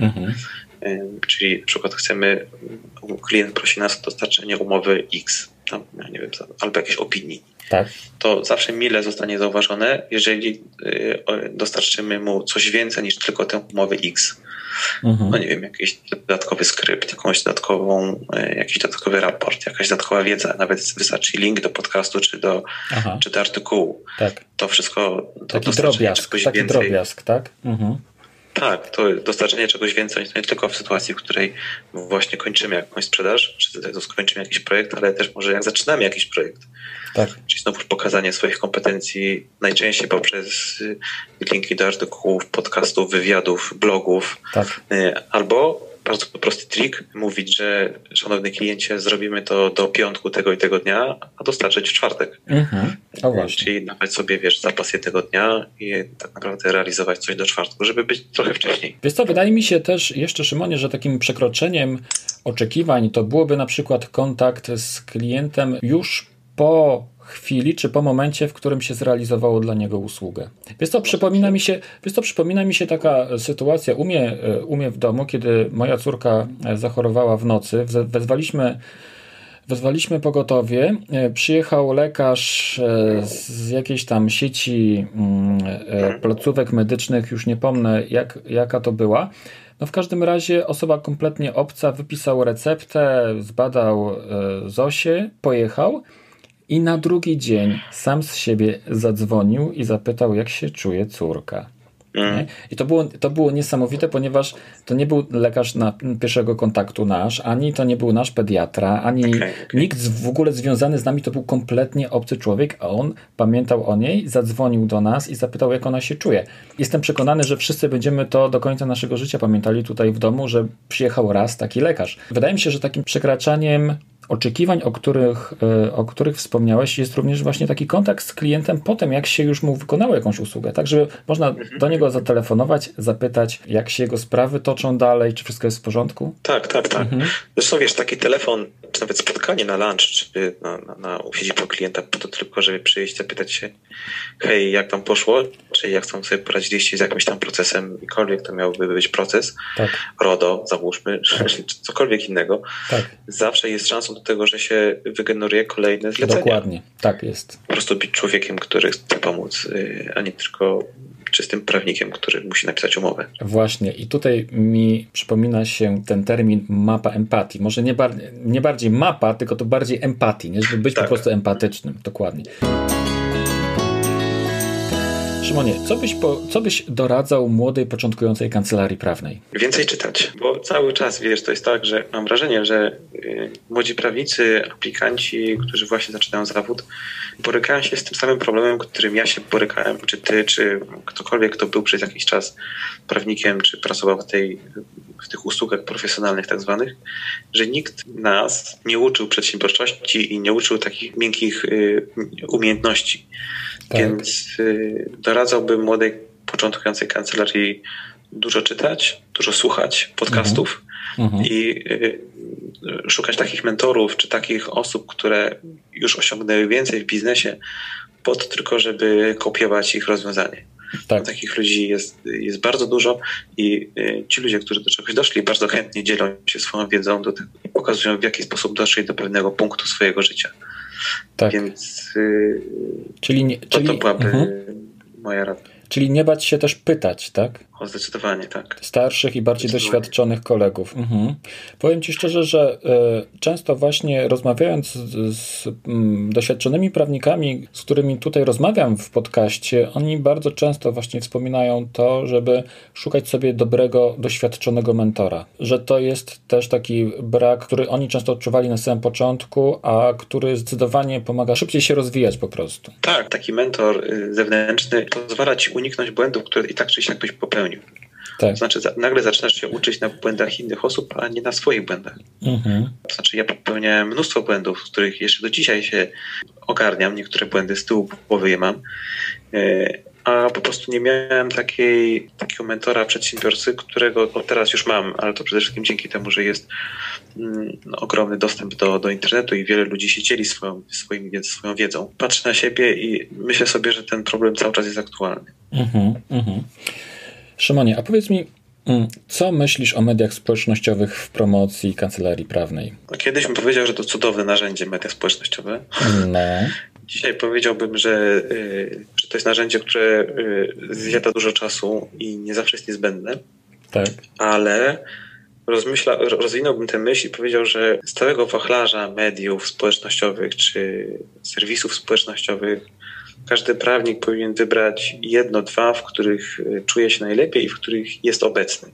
S2: Czyli na przykład klient prosi nas o dostarczenie umowy X, tam, nie wiem, albo jakiejś opinii.
S1: Tak.
S2: To zawsze mile zostanie zauważone, jeżeli dostarczymy mu coś więcej niż tylko tę umowę X. No nie wiem, jakiś dodatkowy skrypt, jakiś dodatkowy raport, jakaś dodatkowa wiedza, nawet wystarczy link do podcastu czy do artykułu. Tak. To wszystko to
S1: taki drobiazg, tak?
S2: Tak, to dostarczenie czegoś więcej, to nie tylko w sytuacji, w której właśnie kończymy jakąś sprzedaż, czy skończymy jakiś projekt, ale też może jak zaczynamy jakiś projekt. Tak. Czyli znowu pokazanie swoich kompetencji najczęściej poprzez linki do artykułów, podcastów, wywiadów, blogów, albo bardzo prosty trik, mówić, że szanowny kliencie, zrobimy to do piątku tego i tego dnia, a dostarczyć w czwartek. O właśnie. Czyli nawet sobie, zapas jednego dnia i tak naprawdę realizować coś do czwartku, żeby być trochę wcześniej.
S1: Wiesz co, wydaje mi się też jeszcze, Szymonie, że takim przekroczeniem oczekiwań to byłoby na przykład kontakt z klientem już po chwili, czy po momencie, w którym się zrealizowało dla niego usługę. Wiesz co, przypomina mi się taka sytuacja u mnie w domu, kiedy moja córka zachorowała w nocy. Wezwaliśmy pogotowie, przyjechał lekarz z jakiejś tam sieci placówek medycznych, już nie pomnę jaka to była. No w każdym razie osoba kompletnie obca, wypisał receptę, zbadał Zosię, pojechał. I na drugi dzień sam z siebie zadzwonił i zapytał, jak się czuje córka. I to było niesamowite, ponieważ to nie był lekarz pierwszego kontaktu nasz, ani to nie był nasz pediatra, ani nikt w ogóle związany z nami, to był kompletnie obcy człowiek, a on pamiętał o niej, zadzwonił do nas i zapytał, jak ona się czuje. Jestem przekonany, że wszyscy będziemy to do końca naszego życia pamiętali tutaj w domu, że przyjechał raz taki lekarz. Wydaje mi się, że takim przekraczaniem oczekiwań, o których wspomniałeś, jest również właśnie taki kontakt z klientem potem, jak się już mu wykonało jakąś usługę, tak, żeby można do niego zatelefonować, zapytać, jak się jego sprawy toczą dalej, czy wszystko jest w porządku?
S2: Tak. Zresztą taki telefon, czy nawet spotkanie na lunch, czy u siedzibą klienta, po to tylko, żeby przyjść, zapytać się, hej, jak tam poszło, czy jak tam sobie poradziliście z jakimś tam procesem, jakikolwiek to miałby być proces, RODO, załóżmy, czy cokolwiek innego, zawsze jest szansą do tego, że się wygeneruje kolejne zlecenia.
S1: Dokładnie, tak jest.
S2: Po prostu być człowiekiem, który chce pomóc, a nie tylko czystym prawnikiem, który musi napisać umowę.
S1: Właśnie i tutaj mi przypomina się ten termin mapa empatii. Może nie bardziej mapa, tylko to bardziej empatii, nie? Żeby być po prostu empatycznym. Dokładnie. Szymonie, co byś doradzał młodej, początkującej kancelarii prawnej?
S2: Więcej czytać, bo cały czas, to jest tak, że mam wrażenie, że młodzi prawnicy, aplikanci, którzy właśnie zaczynają zawód, borykają się z tym samym problemem, którym ja się borykałem, czy ty, czy ktokolwiek, kto był przez jakiś czas prawnikiem, czy pracował w tych usługach profesjonalnych tak zwanych, że nikt nas nie uczył przedsiębiorczości i nie uczył takich miękkich umiejętności. Tak. Więc doradzałbym młodej, początkującej kancelarii dużo czytać, dużo słuchać podcastów i szukać takich mentorów, czy takich osób, które już osiągnęły więcej w biznesie, po to tylko, żeby kopiować ich rozwiązanie. Tak. Takich ludzi jest bardzo dużo i ci ludzie, którzy do czegoś doszli, bardzo chętnie dzielą się swoją wiedzą i pokazują, w jaki sposób doszli do pewnego punktu swojego życia. Tak. Więc to byłaby moja rada.
S1: Czyli nie bać się też pytać, tak?
S2: O, zdecydowanie, tak.
S1: Starszych i bardziej doświadczonych kolegów. Powiem Ci szczerze, że często właśnie rozmawiając z doświadczonymi prawnikami, z którymi tutaj rozmawiam w podcaście, oni bardzo często właśnie wspominają to, żeby szukać sobie dobrego, doświadczonego mentora. Że to jest też taki brak, który oni często odczuwali na samym początku, a który zdecydowanie pomaga szybciej się rozwijać po prostu.
S2: Tak, taki mentor zewnętrzny pozwala Ci uniknąć błędów, które i tak czy siak byś popełnił. Tak. To znaczy nagle zaczynasz się uczyć na błędach innych osób, a nie na swoich błędach. To znaczy ja popełniałem mnóstwo błędów, z których jeszcze do dzisiaj się ogarniam. Niektóre błędy z tyłu głowy je mam. a po prostu nie miałem takiego mentora, przedsiębiorcy, którego teraz już mam, ale to przede wszystkim dzięki temu, że jest ogromny dostęp do internetu i wiele ludzi się dzieli swoją wiedzą. Patrzę na siebie i myślę sobie, że ten problem cały czas jest aktualny.
S1: Szymonie, a powiedz mi, co myślisz o mediach społecznościowych w promocji kancelarii prawnej?
S2: Kiedyś bym powiedział, że to cudowne narzędzie media społecznościowe.
S1: No.
S2: Dzisiaj powiedziałbym, że to jest narzędzie, które zjada dużo czasu i nie zawsze jest niezbędne.
S1: Tak.
S2: Ale rozwinąłbym tę myśl i powiedział, że z całego wachlarza mediów społecznościowych czy serwisów społecznościowych każdy prawnik powinien wybrać 1, 2, w których czuje się najlepiej i w których jest obecny.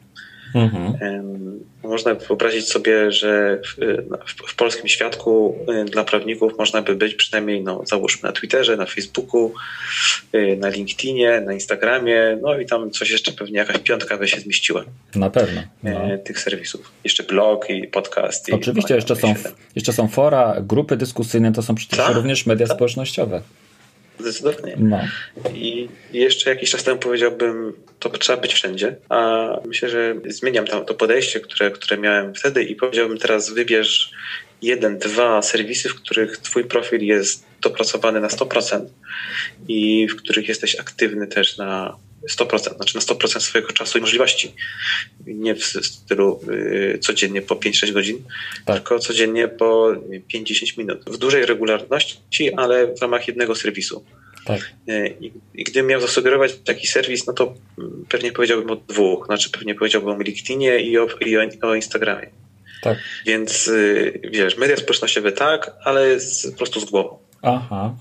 S2: Można wyobrazić sobie, że w polskim świadku dla prawników można by być przynajmniej, załóżmy na Twitterze, na Facebooku, na LinkedInie, na Instagramie, i tam coś jeszcze pewnie jakaś 5 by się zmieściła.
S1: Na pewno.
S2: Tych serwisów. Jeszcze blog i podcast.
S1: Oczywiście jeszcze są fora, grupy dyskusyjne, to są przecież również media społecznościowe.
S2: Zdecydowanie. I jeszcze jakiś czas temu powiedziałbym, to trzeba być wszędzie, a myślę, że zmieniam to podejście, które miałem wtedy i powiedziałbym teraz wybierz 1, 2 serwisy, w których twój profil jest dopracowany na 100% i w których jesteś aktywny też na 100%, znaczy na 100% swojego czasu i możliwości. Nie w stylu codziennie po 5-6 godzin, tylko codziennie po 5-10 minut. W dużej regularności, ale w ramach jednego serwisu.
S1: Tak.
S2: I gdybym miał zasugerować taki serwis, to pewnie powiedziałbym o 2. Znaczy pewnie powiedziałbym o LinkedInie i o Instagramie.
S1: Tak.
S2: Więc wiesz, media społecznościowe tak, ale po prostu z głową.
S1: Aha.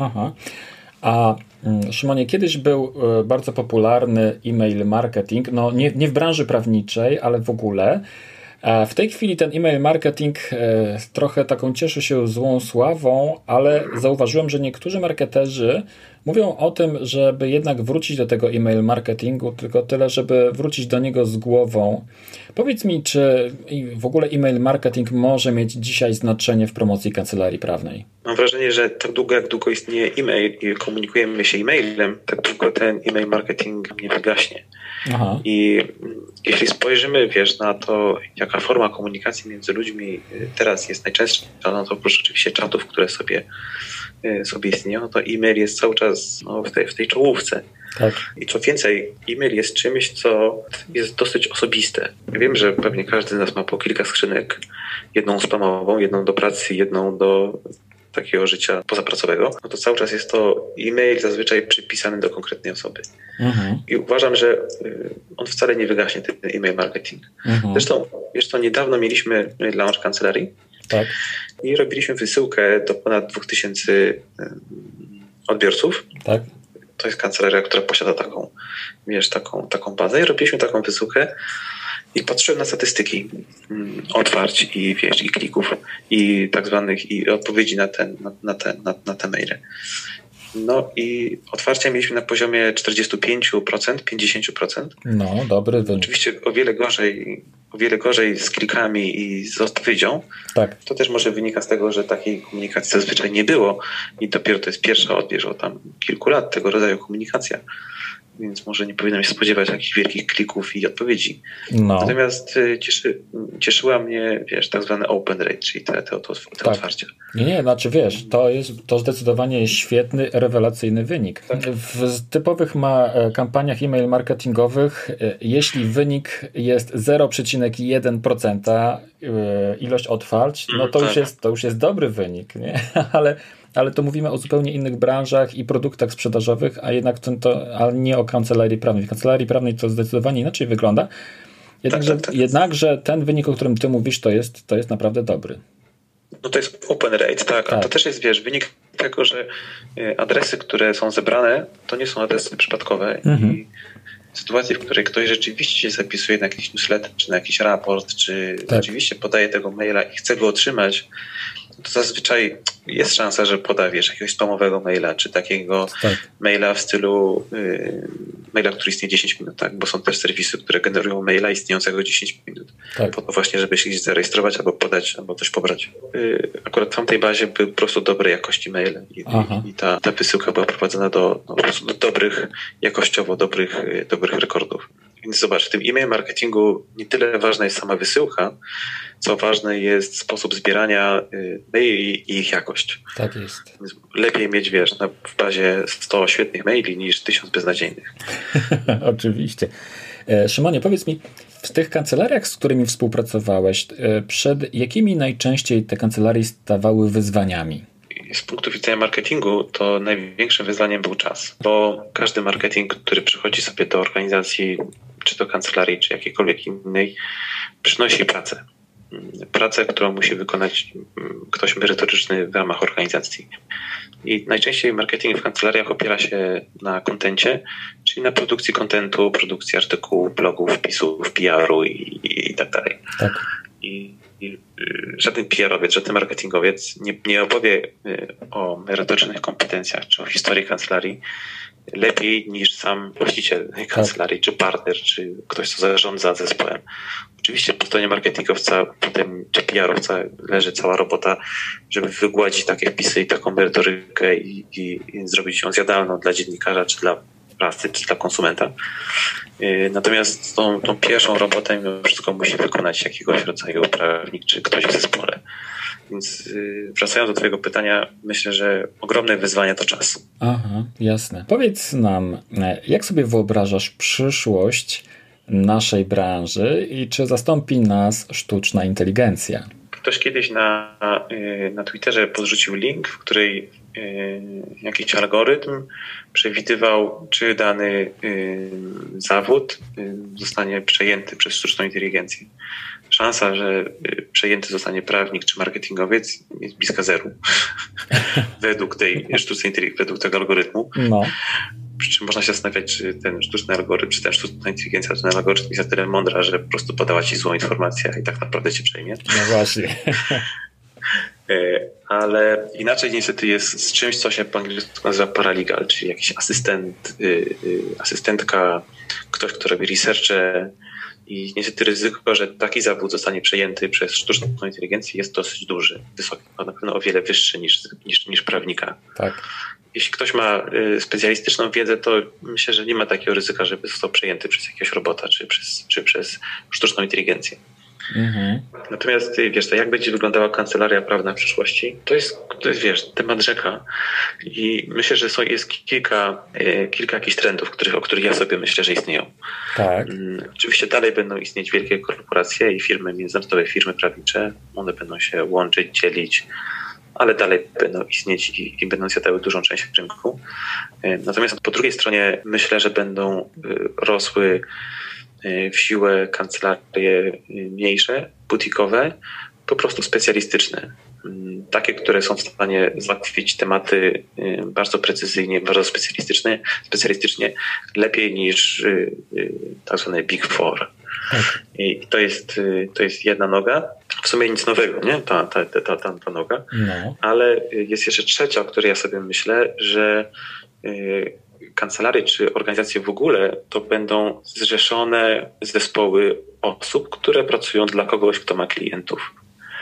S1: A Szymonie, kiedyś był bardzo popularny e-mail marketing, nie w branży prawniczej, ale w ogóle. W tej chwili ten e-mail marketing trochę taką cieszy się złą sławą, ale zauważyłem, że niektórzy marketerzy mówią o tym, żeby jednak wrócić do tego e-mail marketingu, tylko tyle, żeby wrócić do niego z głową. Powiedz mi, czy w ogóle e-mail marketing może mieć dzisiaj znaczenie w promocji kancelarii prawnej? Mam
S2: wrażenie, że tak długo jak długo istnieje e-mail i komunikujemy się e-mailem, tak długo ten e-mail marketing nie wygaśnie.
S1: Aha.
S2: I jeśli spojrzymy, na to, jaka forma komunikacji między ludźmi teraz jest najczęstsza, to oprócz oczywiście czatów, które sobie istnieją, to e-mail jest cały czas w tej czołówce.
S1: Tak.
S2: I co więcej, e-mail jest czymś, co jest dosyć osobiste. Ja wiem, że pewnie każdy z nas ma po kilka skrzynek. Jedną spamową, jedną do pracy, jedną do takiego życia pozapracowego. To cały czas jest to e-mail zazwyczaj przypisany do konkretnej osoby. I uważam, że on wcale nie wygaśnie, ten e-mail marketing. Zresztą, niedawno mieliśmy launch kancelarii.
S1: Tak.
S2: I robiliśmy wysyłkę do ponad 2000 odbiorców.
S1: Tak.
S2: To jest kancelaria, która posiada taką bazę. I robiliśmy taką wysyłkę i patrzyłem na statystyki otwarć i klików i tak zwanych i odpowiedzi na te maile. I otwarcia mieliśmy na poziomie 45%, 50%.
S1: Dobry wynik.
S2: Oczywiście o wiele gorzej z klikami i z odpowiedzią.
S1: Tak.
S2: To też może wynika z tego, że takiej komunikacji zazwyczaj nie było i dopiero to jest pierwsza od kilku lat tego rodzaju komunikacja. Więc może nie powinienem się spodziewać jakichś wielkich klików i odpowiedzi. Natomiast cieszyła mnie, tak zwany open rate, czyli te otwarcia.
S1: Nie, to zdecydowanie jest świetny, rewelacyjny wynik. Tak. W typowych kampaniach e-mail marketingowych, jeśli wynik jest 0,1% ilość otwarć, to już jest dobry wynik, nie? Ale to mówimy o zupełnie innych branżach i produktach sprzedażowych, a jednak ale nie o kancelarii prawnej. W kancelarii prawnej to zdecydowanie inaczej wygląda. Jednakże ten wynik, o którym ty mówisz, to jest naprawdę dobry.
S2: To jest open rate, tak. A to też jest, wynik tego, że adresy, które są zebrane, to nie są adresy przypadkowe. I w sytuacji, w której ktoś rzeczywiście się zapisuje na jakiś newsletter, czy na jakiś raport, czy rzeczywiście podaje tego maila i chce go otrzymać, to zazwyczaj jest szansa, że poda jakiegoś spamowego maila, czy takiego maila w stylu maila, który istnieje 10 minut, tak? Bo są też serwisy, które generują maila istniejącego 10 minut. Tak. Po to właśnie, żeby się gdzieś zarejestrować, albo podać, albo coś pobrać. Akurat w tamtej bazie były po prostu dobrej jakości maile i ta wysyłka była prowadzona po prostu do dobrych, jakościowo dobrych rekordów. Więc zobacz, w tym e-mail marketingu nie tyle ważna jest sama wysyłka, co ważny jest sposób zbierania maili i ich jakość.
S1: Tak jest.
S2: Lepiej mieć, w bazie 100 świetnych maili niż 1000 beznadziejnych.
S1: Oczywiście. Szymonie, powiedz mi, w tych kancelariach, z którymi współpracowałeś, przed jakimi najczęściej te kancelarie stawały wyzwaniami?
S2: Z punktu widzenia marketingu to największym wyzwaniem był czas, bo każdy marketing, który przychodzi sobie do organizacji, czy do kancelarii, czy jakiejkolwiek innej, przynosi pracę. Pracę, którą musi wykonać ktoś merytoryczny w ramach organizacji. I najczęściej marketing w kancelariach opiera się na kontencie, czyli na produkcji kontentu, produkcji artykułów, blogów, wpisów, PR-u i tak dalej. Tak. I żaden PR-owiec, żaden marketingowiec nie opowie o merytorycznych kompetencjach czy o historii kancelarii lepiej niż sam właściciel kancelarii, czy partner, czy ktoś, kto zarządza zespołem. Oczywiście po stronie marketingowca potem, czy PR-owca leży cała robota, żeby wygładzić takie wpisy i taką merytorykę i zrobić ją zjadalną dla dziennikarza, czy dla prasy, czy dla konsumenta. Natomiast tą pierwszą robotę mimo wszystko musi wykonać jakiegoś rodzaju prawnik, czy ktoś w zespole. Więc wracając do twojego pytania, myślę, że ogromne wyzwanie to czas.
S1: Aha, jasne. Powiedz nam, jak sobie wyobrażasz przyszłość naszej branży i czy zastąpi nas sztuczna inteligencja?
S2: Ktoś kiedyś na Twitterze podrzucił link, w której jakiś algorytm przewidywał, czy dany zawód zostanie przejęty przez sztuczną inteligencję. Szansa, że przejęty zostanie prawnik czy marketingowiec jest bliska zeru. według tej sztucznej inteligencji, według tego algorytmu. No. Przy czym można się zastanawiać, czy ten sztuczny algorytm, czy ta sztuczna inteligencja, czy ten algorytm jest na tyle mądra, że po prostu podała ci złą informację i tak naprawdę cię przejmie.
S1: No właśnie.
S2: Ale inaczej niestety jest z czymś, co się po angielsku nazywa paralegal, czyli jakiś asystent, asystentka, ktoś, kto robi researche i niestety ryzyko, że taki zawód zostanie przejęty przez sztuczną inteligencję jest dosyć duży, wysoki, na pewno o wiele wyższy niż prawnika. Tak. Jeśli ktoś ma specjalistyczną wiedzę, to myślę, że nie ma takiego ryzyka, żeby został przejęty przez jakiegoś robota czy przez sztuczną inteligencję. Mhm. Natomiast jak będzie wyglądała kancelaria prawna w przyszłości, to jest temat rzeka i myślę, że jest kilka jakichś trendów, o których ja sobie myślę, że istnieją. Tak. Oczywiście dalej będą istnieć wielkie korporacje i firmy, międzynarodowe firmy prawnicze, one będą się łączyć, dzielić, ale dalej będą istnieć i będą zjadały dużą część rynku. Natomiast po drugiej stronie myślę, że będą rosły w siłę kancelarie mniejsze, butikowe, po prostu specjalistyczne. Takie, które są w stanie załatwić tematy bardzo precyzyjnie, bardzo specjalistycznie, lepiej niż tak zwane Big Four. Tak. I to jest jedna noga. W sumie nic nowego, nie? Ta noga. No. Ale jest jeszcze trzecia, o której ja sobie myślę, że kancelarie czy organizacje w ogóle to będą zrzeszone zespoły osób, które pracują dla kogoś, kto ma klientów.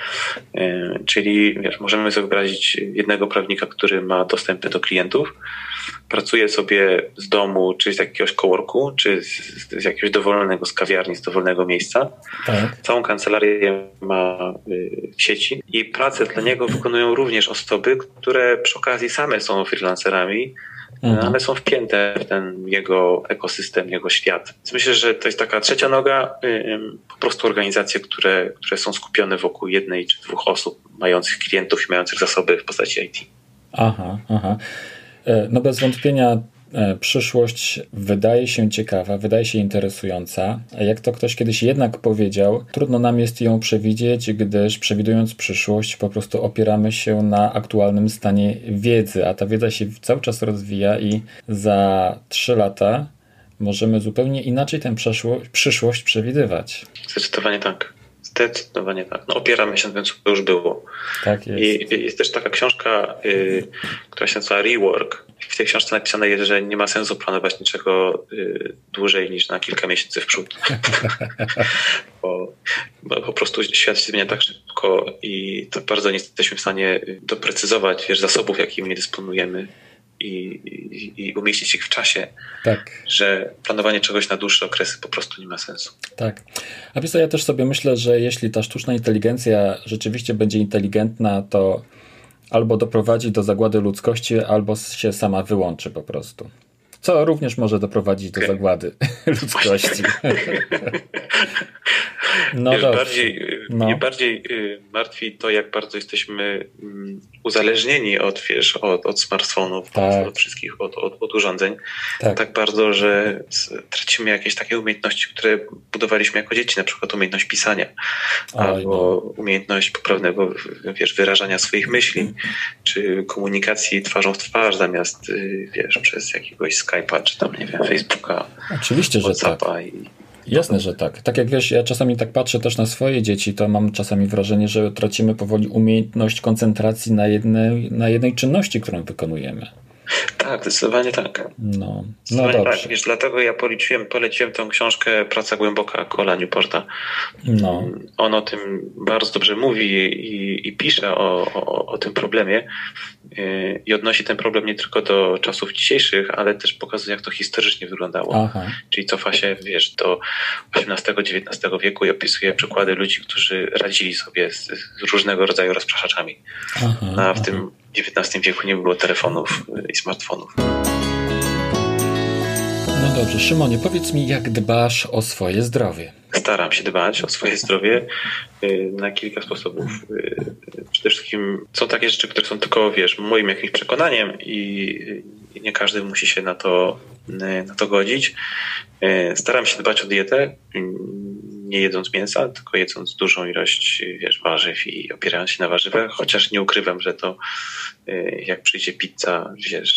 S2: Czyli możemy sobie wyobrazić jednego prawnika, który ma dostęp do klientów, pracuje sobie z domu, czy z jakiegoś coworku, czy z jakiegoś dowolnego, z kawiarni, z dowolnego miejsca. Tak. Całą kancelarię ma w sieci i pracę dla niego wykonują również osoby, które przy okazji same są freelancerami, ale są wpięte w ten jego ekosystem, jego świat. Więc myślę, że to jest taka trzecia noga, po prostu organizacje, które są skupione wokół jednej czy dwóch osób mających klientów i mających zasoby w postaci IT.
S1: Aha. No bez wątpienia przyszłość wydaje się ciekawa, wydaje się interesująca. Jak to ktoś kiedyś jednak powiedział, trudno nam jest ją przewidzieć, gdyż przewidując przyszłość po prostu opieramy się na aktualnym stanie wiedzy, a ta wiedza się cały czas rozwija i za 3 lata możemy zupełnie inaczej tę przyszłość przewidywać.
S2: Zdecydowanie tak. No, opieramy się na tym, co już było.
S1: Tak jest.
S2: I jest też taka książka, która się nazywa Rework. w tej książce napisane jest, że nie ma sensu planować niczego dłużej niż na kilka miesięcy w przód. bo po prostu świat się zmienia tak szybko i to bardzo nie jesteśmy w stanie doprecyzować, zasobów, jakimi dysponujemy i umieścić ich w czasie, że planowanie czegoś na dłuższe okresy po prostu nie ma sensu.
S1: Tak. A wiesz co, ja też sobie myślę, że jeśli ta sztuczna inteligencja rzeczywiście będzie inteligentna, to albo doprowadzi do zagłady ludzkości, albo się sama wyłączy po prostu. Co również może doprowadzić do zagłady ludzkości.
S2: Mnie bardziej martwi to, jak bardzo jesteśmy uzależnieni od smartfonów, od wszystkich, od urządzeń. Tak bardzo, że tracimy jakieś takie umiejętności, które budowaliśmy jako dzieci, na przykład umiejętność pisania albo umiejętność poprawnego wyrażania swoich myśli, czy komunikacji twarzą w twarz zamiast przez jakiegoś Skype'a, czy tam, nie wiem, Facebooka.
S1: Oczywiście, że tak. Jasne, że tak. Tak jak wiesz, ja czasami tak patrzę też na swoje dzieci, to mam czasami wrażenie, że tracimy powoli umiejętność koncentracji na jednej czynności, którą wykonujemy.
S2: Tak, zdecydowanie tak.
S1: No dobrze.
S2: Tak, wiesz, dlatego ja poleciłem tą książkę Praca głęboka Cola Newporta. On o tym bardzo dobrze mówi i pisze o tym problemie i odnosi ten problem nie tylko do czasów dzisiejszych, ale też pokazuje, jak to historycznie wyglądało. Czyli cofa się, do XVIII-XIX wieku i opisuje przykłady ludzi, którzy radzili sobie z różnego rodzaju rozpraszaczami. A w tym XIX wieku nie było telefonów i smartfonów.
S1: No dobrze, Szymonie, powiedz mi, jak dbasz o swoje zdrowie?
S2: Staram się dbać o swoje zdrowie na kilka sposobów. Przede wszystkim są takie rzeczy, które są tylko, moim jakimś przekonaniem i nie każdy musi się na to godzić. Staram się dbać o dietę, nie jedząc mięsa, tylko jedząc dużą ilość, warzyw i opierając się na warzywach, chociaż nie ukrywam, że to jak przyjdzie pizza,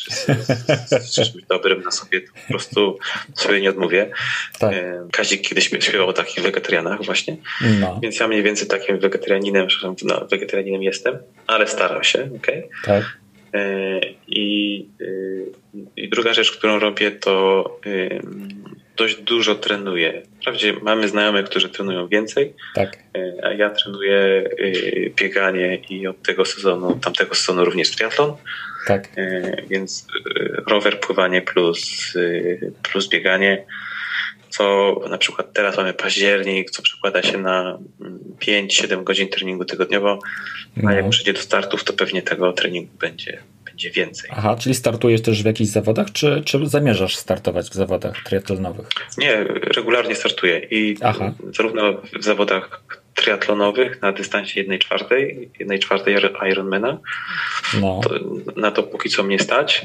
S2: z czymś dobrym na sobie, to po prostu sobie nie odmówię. Tak. Kazik kiedyś śpiewał o takich wegetarianach właśnie, więc ja mniej więcej takim wegetarianinem jestem, ale staram się, okej?
S1: Tak.
S2: I druga rzecz, którą robię, to dość dużo trenuję. Wprawdzie mamy znajomych, którzy trenują więcej, a ja trenuję bieganie i od tamtego sezonu również triatlon.
S1: Tak.
S2: Więc rower, pływanie plus bieganie, co na przykład teraz mamy październik, co przekłada się na 5-7 godzin treningu tygodniowo, a jak przyjdzie do startów, to pewnie tego treningu będzie więcej.
S1: Aha, czyli startujesz też w jakichś zawodach, czy zamierzasz startować w zawodach triatlonowych?
S2: Nie, regularnie startuję i zarówno w zawodach triatlonowych na dystansie 1/4 Ironmana. Na to póki co mnie stać,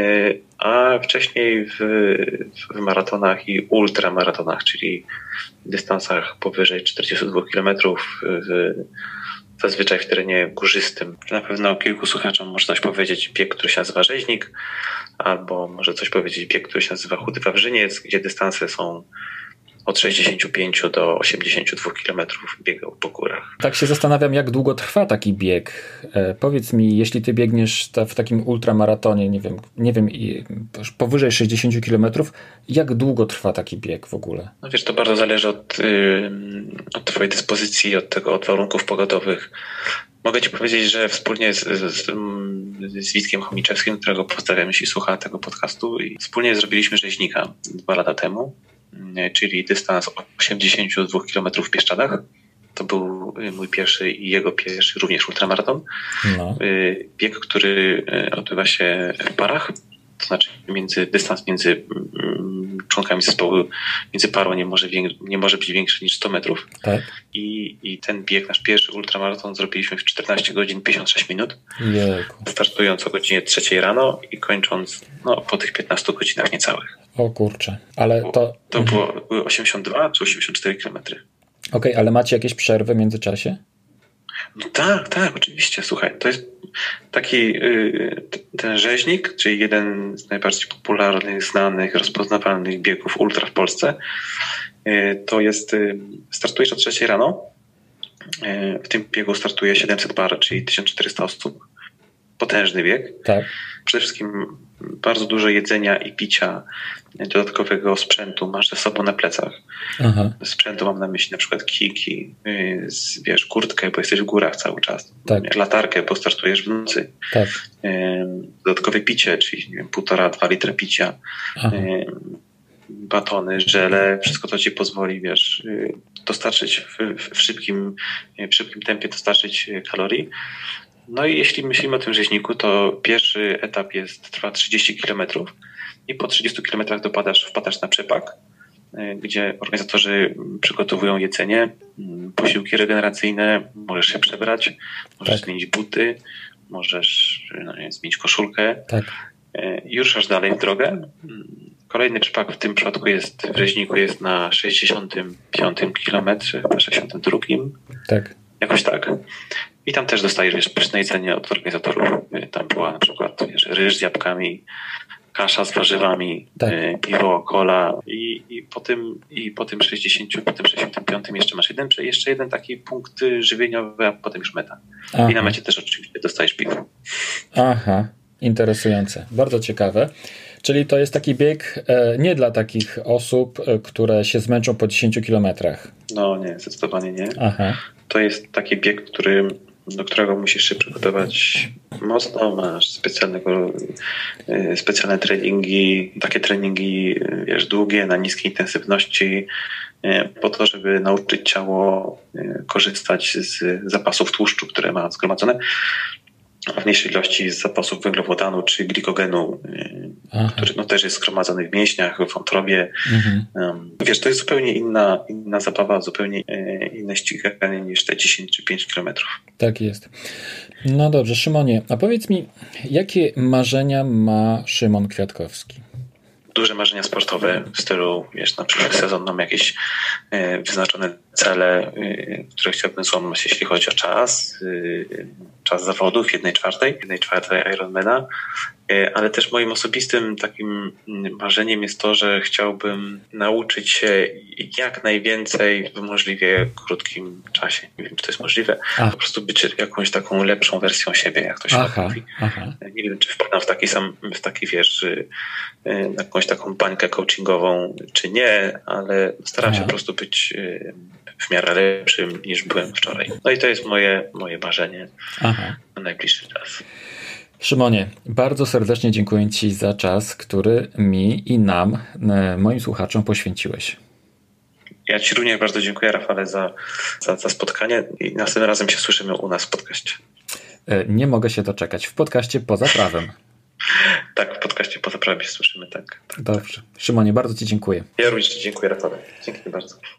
S2: a wcześniej w maratonach i ultramaratonach, czyli dystansach powyżej 42 km zazwyczaj w terenie górzystym. Na pewno kilku słuchaczom może coś powiedzieć bieg, który się nazywa Rzeźnik, albo może coś powiedzieć bieg, który się nazywa Chudy Wawrzyniec, gdzie dystanse są od 65 do 82 km biegał po górach.
S1: Tak się zastanawiam, jak długo trwa taki bieg. Powiedz mi, jeśli ty biegniesz w takim ultramaratonie, nie wiem, powyżej 60 km, jak długo trwa taki bieg w ogóle?
S2: No wiesz, to bardzo zależy od twojej dyspozycji, od warunków pogodowych. Mogę ci powiedzieć, że wspólnie z Witkiem Chomiczewskim, którego pozdrawiam, jeśli słucha tego podcastu, i wspólnie zrobiliśmy Rzeźnika 2 lata temu, czyli dystans 82 km w Pieszczadach. To był mój pierwszy i jego pierwszy również ultramaraton. Bieg, który odbywa się w parach, to znaczy dystans między członkami zespołu, między parą nie może być większy niż 100 metrów.
S1: Tak.
S2: I ten bieg, nasz pierwszy ultramaraton, zrobiliśmy w 14 godzin 56 minut.
S1: Jejku.
S2: Startując o godzinie 3 rano i kończąc po tych 15 godzinach niecałych.
S1: O kurczę, ale
S2: to były 82 czy 84 kilometry.
S1: Okej, ale macie jakieś przerwy w międzyczasie?
S2: No tak, oczywiście. Słuchaj, to jest taki ten Rzeźnik, czyli jeden z najbardziej popularnych, znanych, rozpoznawalnych biegów ultra w Polsce. To jest, startujesz o 3 rano. W tym biegu startuje 700 bar, czyli 1400 osób. potężny bieg.
S1: Tak.
S2: Przede wszystkim bardzo dużo jedzenia i picia, dodatkowego sprzętu masz ze sobą na plecach.
S1: Aha.
S2: Sprzętu mam na myśli na przykład kijki, wiesz, kurtkę, bo jesteś w górach cały czas.
S1: Tak.
S2: Latarkę, bo startujesz w nocy.
S1: Tak.
S2: Dodatkowe picie, czyli nie wiem, 1,5-2 litra picia.
S1: Aha.
S2: Batony, żele, wszystko to ci pozwoli, wiesz, dostarczyć w szybkim tempie dostarczyć kalorii. No i jeśli myślimy o tym rzeźniku, to pierwszy etap trwa 30 km i po 30 km wpadasz na przepak, gdzie organizatorzy przygotowują jedzenie, posiłki regeneracyjne, możesz się przebrać, możesz zmienić buty, możesz zmienić koszulkę i ruszasz dalej w drogę. Kolejny przepak w tym przypadku w rzeźniku jest na 65 kilometrze, chyba 62.
S1: Tak.
S2: Jakoś tak. I tam też dostajesz pyszne jedzenie od organizatorów. Tam była na przykład ryż z jabłkami, kasza z warzywami, piwo, cola po tym 65 jeszcze jeden taki punkt żywieniowy, a potem już meta. Aha. I na mecie też oczywiście dostajesz piwo.
S1: Aha, interesujące. Bardzo ciekawe. Czyli to jest taki bieg nie dla takich osób, które się zmęczą po 10 kilometrach.
S2: No nie, zdecydowanie nie.
S1: Aha.
S2: To jest taki bieg, do którego musisz się przygotować mocno. Masz specjalne treningi, takie treningi, wiesz, długie, na niskiej intensywności, po to, żeby nauczyć ciało korzystać z zapasów tłuszczu, które ma zgromadzone w mniejszej ilości z zapasów węglowodanu czy glikogenu, który też jest zgromadzony w mięśniach, w wątrobie. Wiesz, to jest zupełnie inna zabawa, zupełnie inne ściganie niż te 10 czy 5 kilometrów.
S1: Tak jest. No dobrze, Szymonie, a powiedz mi, jakie marzenia ma Szymon Kwiatkowski?
S2: Duże marzenia sportowe w stylu, wiesz, na przyszły sezon mam jakieś wyznaczone cele, które chciałbym złamać, jeśli chodzi o czas zawodów, 1/4 Ironmana, ale też moim osobistym takim marzeniem jest to, że chciałbym nauczyć się jak najwięcej w możliwie krótkim czasie. Nie wiem, czy to jest możliwe. Po prostu być jakąś taką lepszą wersją siebie, jak to się mówi. Nie wiem, czy wpadam w taki wiesz, jakąś taką bańkę coachingową, czy nie, ale staram się po prostu być w miarę lepszym niż byłem wczoraj. No i to jest moje marzenie na najbliższy czas.
S1: Szymonie, bardzo serdecznie dziękuję Ci za czas, który mi i nam, moim słuchaczom, poświęciłeś.
S2: Ja Ci również bardzo dziękuję, Rafale, za spotkanie i następnym razem się słyszymy u nas w podcaście.
S1: Nie mogę się doczekać. W podcaście Poza Prawem.
S2: Tak, w podcaście Poza Prawem się słyszymy, tak.
S1: Dobrze. Szymonie, bardzo Ci dziękuję.
S2: Ja również Ci dziękuję, Rafale. Dzięki bardzo.